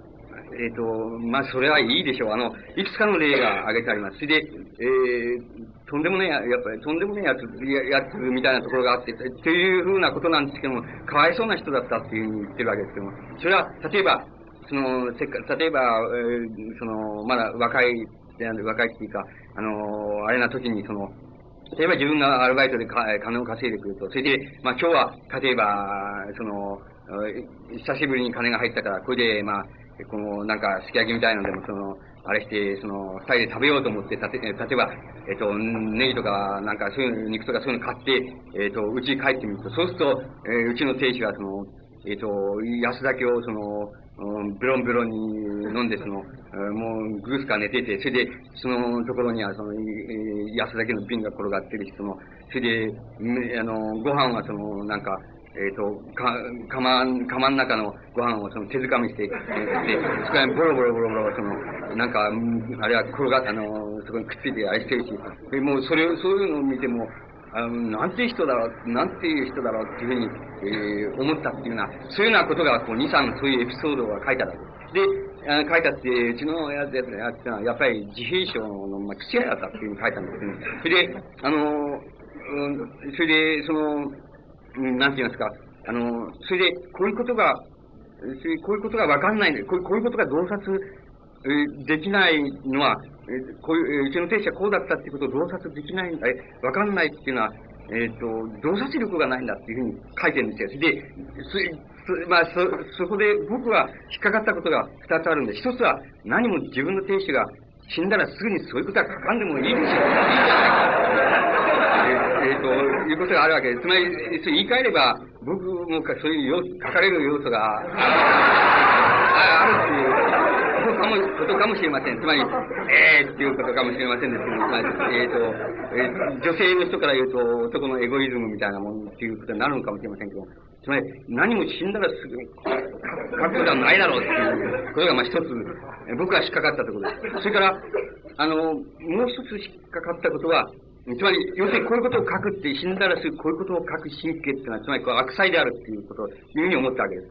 S1: えっ、と、まあ、それはいいでしょう。あの、いくつかの例が挙げてあります。それで、えー、とんでもねえ、やっぱりとんでもねえやつ、ややつみたいなところがあって、というふうなことなんですけども、かわいそうな人だったっていうふうに言ってるわけですけども、それは、例えば、その、せっか、例えば、えー、その、まだ若い、若いっていうか、あの、あれな時に、その、例えば自分がアルバイトでか金を稼いでくると、それで、まあ今日は、例えば、その、久しぶりに金が入ったから、これで、まあ、この、なんか、すき焼きみたいなのでも、その、あれして、その、二人で食べようと思って、たて、例えば、えっと、ネギとか、なんか、そういう肉とかそういうの買って、えっと、うちに帰ってみると、そうすると、えー、うちの亭主は、その、えっと、安酒を、その、うん、ベロンベロンに飲んで、その、もう、ぐーすか寝てて、それで、そのところには、その、えー、安酒の瓶が転がってるし、その、それで、あの、ご飯は、その、なんか、えっ、ー、と、か、かまん、かまん中のご飯をその手づかみして、えー、で、そこにボロボロボロボロ、その、なんか、あれは転がっ、あの、そこにくっついてあれしてるし、でもうそれを、そういうのを見ても、あの、なんていう人だろう、なんていう人だろうっていうふうに、えー、思ったっていうような、そういうようなことが、こう、に、さん、そういうエピソードが書いてあるわけです。で、あの書いてあって、うちのやつやつは、やっぱり自閉症の、まあ、口がだったっていうふうに書いたんですけど、ね、それで、あの、うん、それで、その、なんて言いますか、あの、それで、こういうことが、それこういうことがわかんないんで、こうこういうことが洞察、えー、できないのは、えー、こういう、うちの亭主はこうだったっていうことを洞察できない、え、わかんないっていうのは、えっ、ー、と、洞察力がないんだっていうふうに書いてるんですよ。で、そ、まあ、そ、そこで僕は引っかかったことが二つあるんで、一つは何も自分の亭主が死んだらすぐにそういうことは書かんでもいいでしょう。いいじゃないか。えっ、ー、と、いうことがあるわけです。つまり、そう言い換えれば、僕もそういう要書かれる要素があるっていうことかも、ことかもしれません。つまり、えーっていうことかもしれませんですけど、つまり、えっ、ー、と、えー、女性の人から言うと、男のエゴイズムみたいなものっていうことになるのかもしれませんけど、つまり、何も死んだらすぐに書くことはないだろうっていうことが、まあ一つ、僕が引っかかったところです。それから、あの、もう一つ引っかかったことは、つまり、要するにこういうことを書くって、死んだらすぐこういうことを書く神経っていうのは、つまりこう悪妻であるっていうことを、いうふうに思ったわけです。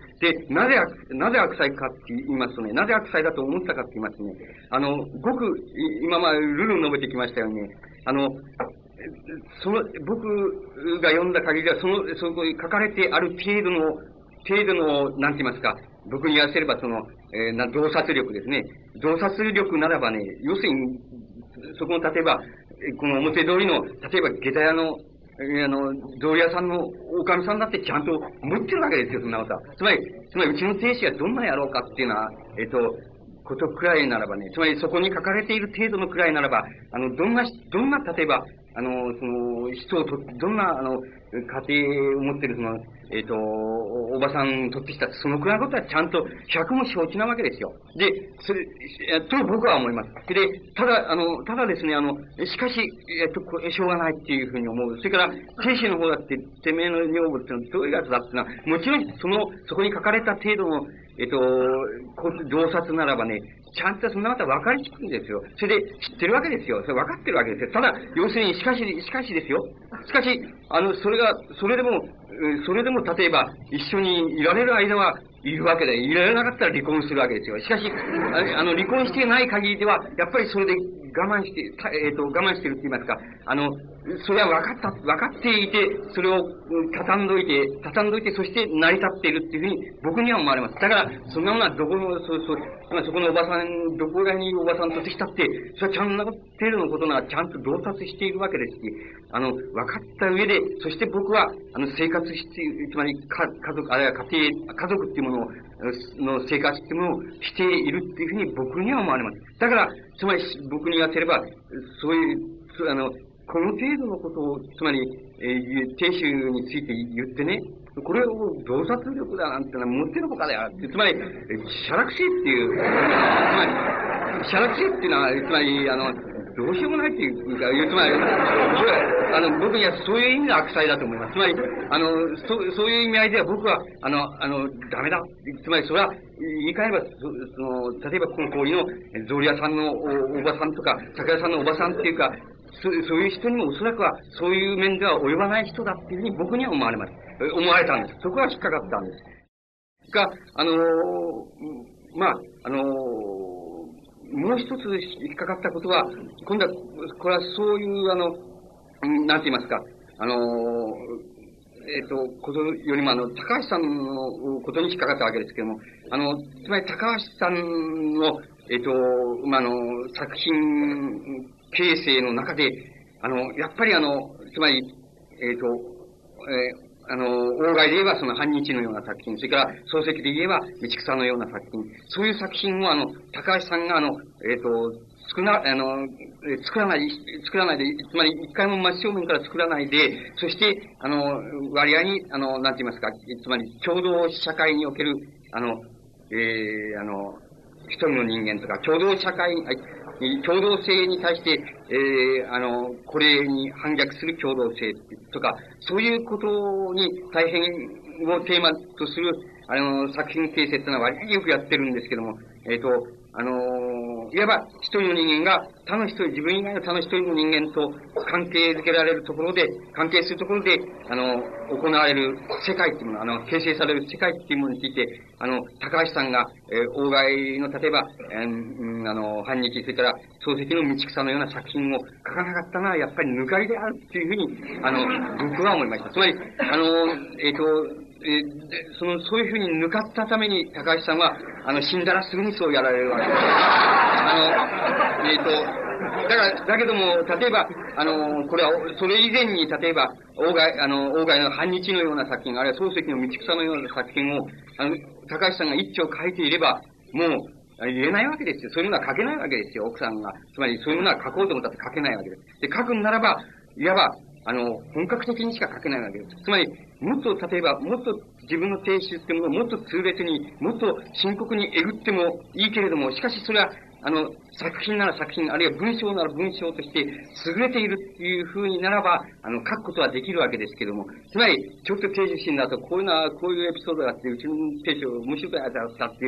S1: で、なぜ、なぜ悪妻かって言いますとね、なぜ悪妻だと思ったかって言いますとね、あの、ごく、今までルル述べてきましたように、あの、その、僕が読んだ限りは、その、そこに書かれてある程度の、程度の、なんて言いますか、僕に言わせればその、えー、な、洞察力ですね。洞察力ならばね、要するに、そこの、例えば、この表通りの、例えば下駄屋の、あの、道理屋さんのおかみさんだってちゃんと持ってるわけですよ、そんなことは。つまり、つまりうちの亭主がどんな野郎かっていうのは、えっと、ことくらいならばね、つまりそこに書かれている程度のくらいならば、あの、どんな、どんな、例えば、あの、その、人をと、どんな、あの、家庭を持ってるその、えっと、おばさん取ってきたそのくらいのことはちゃんと百も承知なわけですよ。で、それ、と僕は思います。で、ただ、あの、ただですね、あの、しかし、えっと、しょうがないっていうふうに思う。それから、亭主の方だって、てめえの女房ってのはどういうやつだっていうのは、もちろん、その、そこに書かれた程度の、えっと、洞察ならばね、ちゃんとそんなことは分かりつくんですよ。それで知ってるわけですよ。それ分かってるわけですよ。ただ、要するに、しかし、しかしですよ。しかし、あの、それが、それでも、それでも例えば、一緒にいられる間はいるわけで、いられなかったら離婚するわけですよ。しかし、あの、離婚してない限りでは、やっぱりそれで我慢して、えっと、我慢してるって言いますか、あの、それは分かった、分かっていて、それを畳んどいて、畳んどいて、そして成り立っているっていうふうに僕には思われます。だから、そんなものはどこの、そ、そ、そこのおばさん、どこらにいるおばさんとしてきたって、それはちゃんな程度のことならちゃんと洞察しているわけですし、あの、分かった上で、そして僕は、あの、生活して、つまり、か、家族、あるいは家庭、家族っていうものを、の生活っていうものをしているっていうふうに僕には思われます。だから、つまり僕に言わせれば、そういう、あの、この程度のことを、つまり、えー、亭主について言ってね、これを洞察力だなんてのは持ってるほかだよって、つまり、しゃらくせえっていう、つまり、しゃらくせえっていうのは、つまり、あの、どうしようもないっていうか、つまり、あの、僕にはそういう意味で悪妻だと思います。つまり、あの、そそういう意味合いでは僕は、あの、あの、ダメだ。つまり、それは、言い換えれば、その、例えばこの氷の草履屋さんの お, おばさんとか、酒屋さんのおばさんっていうか、そそういう人にもおそらくは、そういう面では及ばない人だっていうふうに僕には思われます。思われたんです。そこは引っかかったんです。が、あのー、 まあ、あの、もう一つ引っかかったことは、今度は、これはそういう、あの、なんて言いますか、あの、えっ、と、ことよりも、あの、高橋さんのことに引っかかったわけですけども、あの、つまり高橋さんの、えっ、と、まあ、あの、作品形成の中で、あの、やっぱりあの、つまり、えっ、と、えーあの、大概で言えばその半日のような作品、それから漱石で言えば道草のような作品、そういう作品をあの、高橋さんがあの、えっ、と、作ら、あの、作らない、作らないで、つまり一回も真正面から作らないで、そして、あの、割合に、あの、なんて言いますか、つまり共同社会における、あの、えー、あの、一人の人間とか、共同社会、共同性に対して、えー、あの、これに反逆する共同性とか、そういうことに大変をテーマとする、あの、作品形成っていうのは割によくやってるんですけども、えっ、と、あのー、いわば一人の人間が他の一人、自分以外の他の一人の人間と関係づけられるところで、関係するところで、あの、行われる世界っていうもの、あの、形成される世界っていうものについて、あの、高橋さんが、えー、大概の、例えば、えー、あの、半日、それから漱石の道草のような作品を書かなかったのは、やっぱり抜かりであるっていうふうに、あの、僕は思いました。つまり、あの、えっ、と、えー、で、その、そういうふうに抜かったために、高橋さんは、あの、死んだらすぐにそうやられるわけです。あの、えっ、ー、と、だから、だけども、例えば、あの、これは、それ以前に、例えば、大外、あの、大外の半日のような作品、あるいは漱石の道草のような作品を、あの、高橋さんが一丁書いていれば、もう、言えないわけですよ。そういうものは書けないわけですよ、奥さんが。つまり、そういうものは書こうと思ったって書けないわけです。で、書くんならば、いわば、あの、本格的にしか書けないわけです。つまり、もっと、例えば、もっと自分の提出っていうものをもっと痛烈に、もっと深刻にえぐってもいいけれども、しかしそれは、あの、作品なら作品、あるいは文章なら文章として優れているっていう風にならば、あの、書くことはできるわけですけども、つまり、ちょっと提出心だと、こういうのは、こういうエピソードがあって、うちの提唱面白くやったっていう、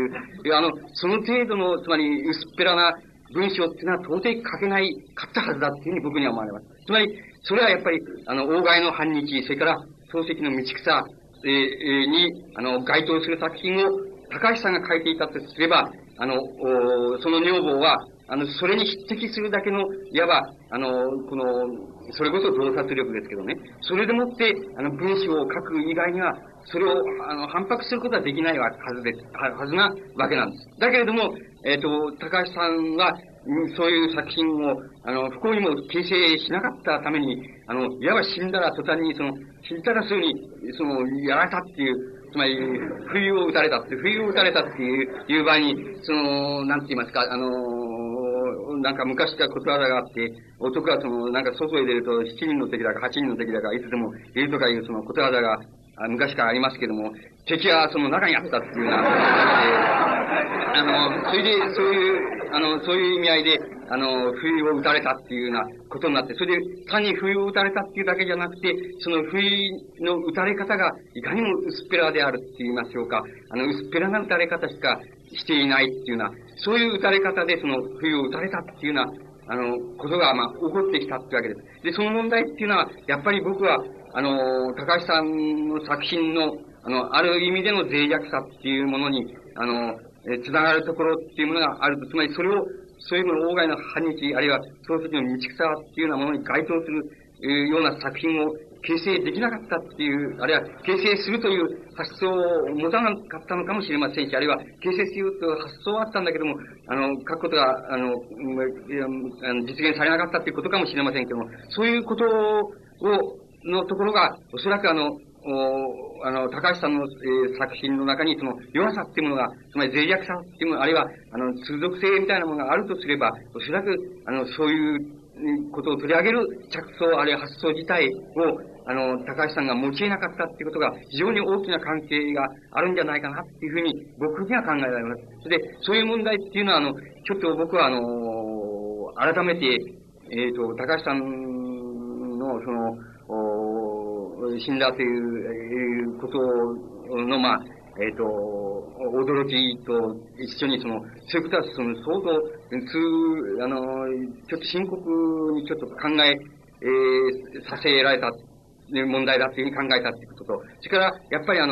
S1: あの、その程度の、つまり、薄っぺらな文章っていうのは到底書けないかったはずだっていうふうに僕には思われます。つまり、それはやっぱり、あの、大概の半日、それから、漱石の道草、えー、に、あの、該当する作品を、高橋さんが書いていたとすれば、あの、その女房は、あの、それに匹敵するだけの、いわば、あの、この、それこそ洞察力ですけどね、それでもって、あの、文章を書く以外には、それを、あの、反駁することはできないはずです、はずなわけなんです。だけれども、えっ、ー、と、高橋さんは、そういう作品を、あの、不幸にも形成しなかったために、あの、いわば死んだら途端に、その、死んだらすぐに、その、やられたっていう、つまり、不意を打たれたって、不意を打たれたっていう、いう場合に、その、なんて言いますか、あの、なんか昔からことわざがあって、男はその、なんか外へ出るとしちにんの敵だかはちにんの敵だかいつでもいるとかいうそのことわざが、昔からありますけども、敵はその中にあったっていうような、あの、それで、そういう、あの、そういう意味合いで、あの、不意を打たれたっていうようなことになって、それで単に不意を打たれたっていうだけじゃなくて、その不意の打たれ方がいかにも薄っぺらであるって言いましょうか、あの、薄っぺらな打たれ方しかしていないっていうような、そういう打たれ方でその不意を打たれたっていうような、あの、ことが、まあ、起こってきたってわけです。で、その問題っていうのは、やっぱり僕は、あの、高橋さんの作品の、あの、ある意味での脆弱さっていうものに、あの、え、つながるところっていうものがあると、つまりそれを、そういうものを外の半日、あるいは漱石の道草っていうようなものに該当する、えー、ような作品を形成できなかったっていう、あるいは形成するという発想を持たなかったのかもしれませんし、あるいは形成するという発想はあったんだけども、あの、書くことが、あの、実現されなかったっていうことかもしれませんけども、そういうことを、のところが、おそらくあの、あの、高橋さんの、えー、作品の中にその弱さっていうものが、つまり脆弱さっていうもの、あるいは、あの、通俗性みたいなものがあるとすれば、おそらく、あの、そういうことを取り上げる着想、あるいは発想自体を、あの、高橋さんが用いなかったっていうことが、非常に大きな関係があるんじゃないかなっていうふうに、僕には考えられます。で、そういう問題っていうのは、あの、ちょっと僕は、あの、改めて、えっと、高橋さんの、その、死んだということの、まあ、えっ、ー、と、驚きと一緒にその、そういうことはその、相当、つ、あの、ちょっと深刻にちょっと考え、えー、させられた問題だというふうに考えたということと、それから、やっぱりあの、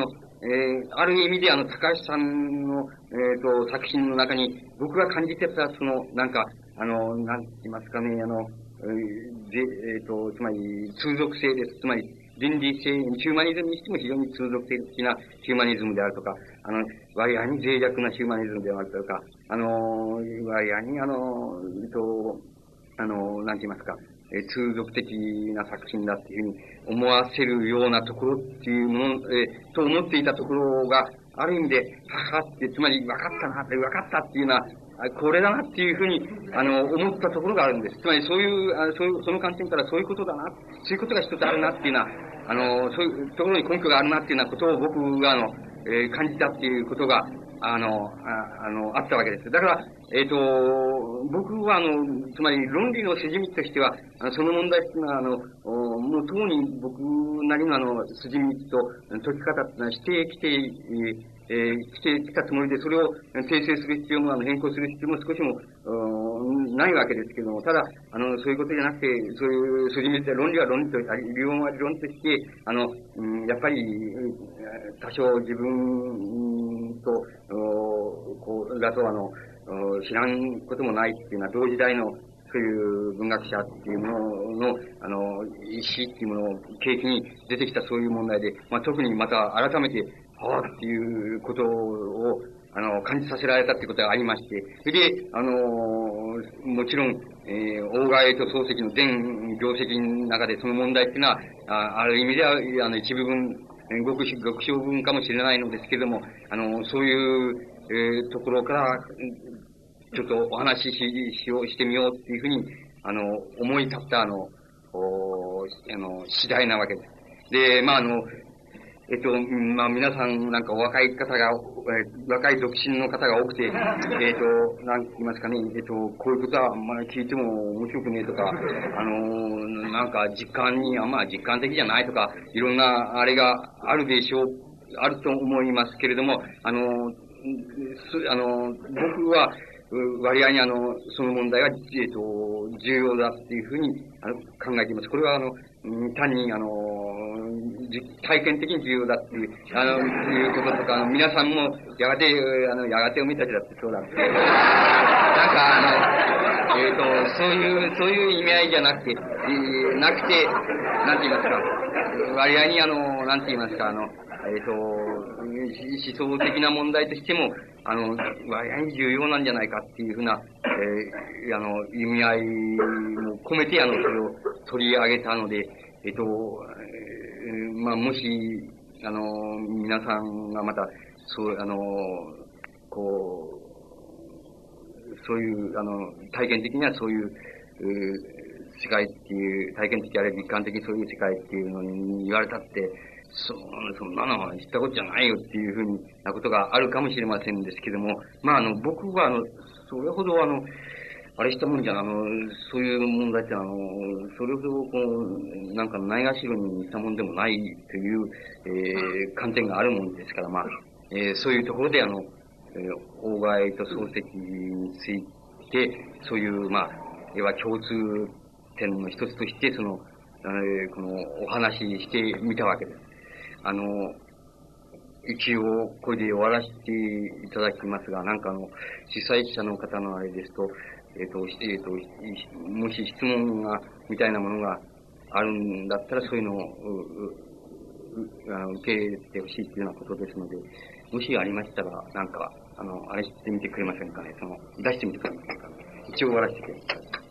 S1: えー、ある意味であの、高橋さんの、えっ、と、作品の中に、僕が感じてた、その、なんか、あの、なんて言いますかね、あの、えー、で、えっ、と、つまり、通俗性です。つまり、倫理性、ヒューマニズムにしても非常に通俗性的なヒューマニズムであるとか、あの、割合に脆弱なヒューマニズムであるとか、あの、割合に、あの、えっと、あの、なんて言いますか、えー、通俗的な作品だっていうふうに思わせるようなところっていうもの、えー、と思っていたところが、ある意味で、ははって、つまり分かったなって、分かったっていうのは、これだなっていうふうに、あの、思ったところがあるんです。つまりそういう、あそういう、その観点からそういうことだな、そういうことが一つあるなっていうのは、あの、そういうところに根拠があるなっていうようなことを僕が、あの、えー、感じたっていうことが、あの、ああの、あったわけです。だから、えっ、と、僕は、あの、つまり論理の筋道としては、あのその問題っていうのは、あの、もうとうに僕なりのあの、筋道と解き方っていうのはしてきて、えー、してきたつもりで、それを訂正する必要も、あの、変更する必要も少しも、ないわけですけども、ただ、あの、そういうことじゃなくて、そういう筋道で論理は論理と、理論は理論として、あの、うん、やっぱり、多少自分と、こう、だとあの、知らんこともないっていうのは、同時代の、そういう文学者っていうものの、あの、意思っていうものを契機に出てきたそういう問題で、まあ、特にまた改めて、はあっていうことを、あの、感じさせられたってことがありまして、それで、あの、もちろん、えー、大貝と漱石の全業績の中でその問題っていうのは、あある意味では、あの、一部分、ごく、極小分かもしれないのですけれども、あの、そういう、えー、ところから、ちょっとお話しし、しよう、してみようっていうふうに、あの、思い立った、あの、おあの、次第なわけです。で、まあ、あの、えっと、まあ、皆さん、なんかお若い方が、えー、若い独身の方が多くて、えっと、なんて言いますかね、えっと、こういうことは、あんまり聞いても面白くねえとか、あのー、なんか実感に、あんまあ実感的じゃないとか、いろんな、あれがあるでしょう、あると思いますけれども、あのー、あのー、僕は、割合にあの、その問題は、えっと、重要だっていうふうにあの考えています。これはあの、単にあの、体験的に重要だっていう、あの、いうこととか、あの、皆さんも、やがて、あの、やがておみたちだってそうだって。なんかあの、えっ、と、そういう、そういう意味合いじゃなくて、えー、なくて、なんて言いますか、割合にあの、なんて言いますか、あの、えっ、と、思想的な問題としても、あの、割合に重要なんじゃないかっていうふうな、えー、あの、意味合いも込めて、あの、それを取り上げたので、えっ、と、えー、まあ、もし、あの、皆さんがまた、そう、あの、こう、そういう、あの、体験的にはそういう、世界っていう、体験的あるいは実感的にそういう世界っていうのに言われたって、そ、そんなのは知ったことじゃないよっていうふうなことがあるかもしれませんですけども、まあ、あの、僕は、あの、それほど、あの、あれしたもんじゃ、あの、そういう問題って、あの、それほど、こう、なんか、ないがしろにしたもんでもないという、えー、観点があるもんですから、まあ、えー、そういうところで、あの、えー、大貝と漱石について、そういう、まあ、要は共通点の一つとして、その、えー、この、お話ししてみたわけです。あの、一応、これで終わらせていただきますが、なんかあの、主催者の方のあれですと、えっ、ー、と、えっ、ー、と、もし質問が、みたいなものがあるんだったら、そういうのを、あの受けてほしいというようなことですので、もしありましたら、なんか、あの、あれしてみてくれませんかね。その、出してみてくれませんかね。一応終わらせてくれ。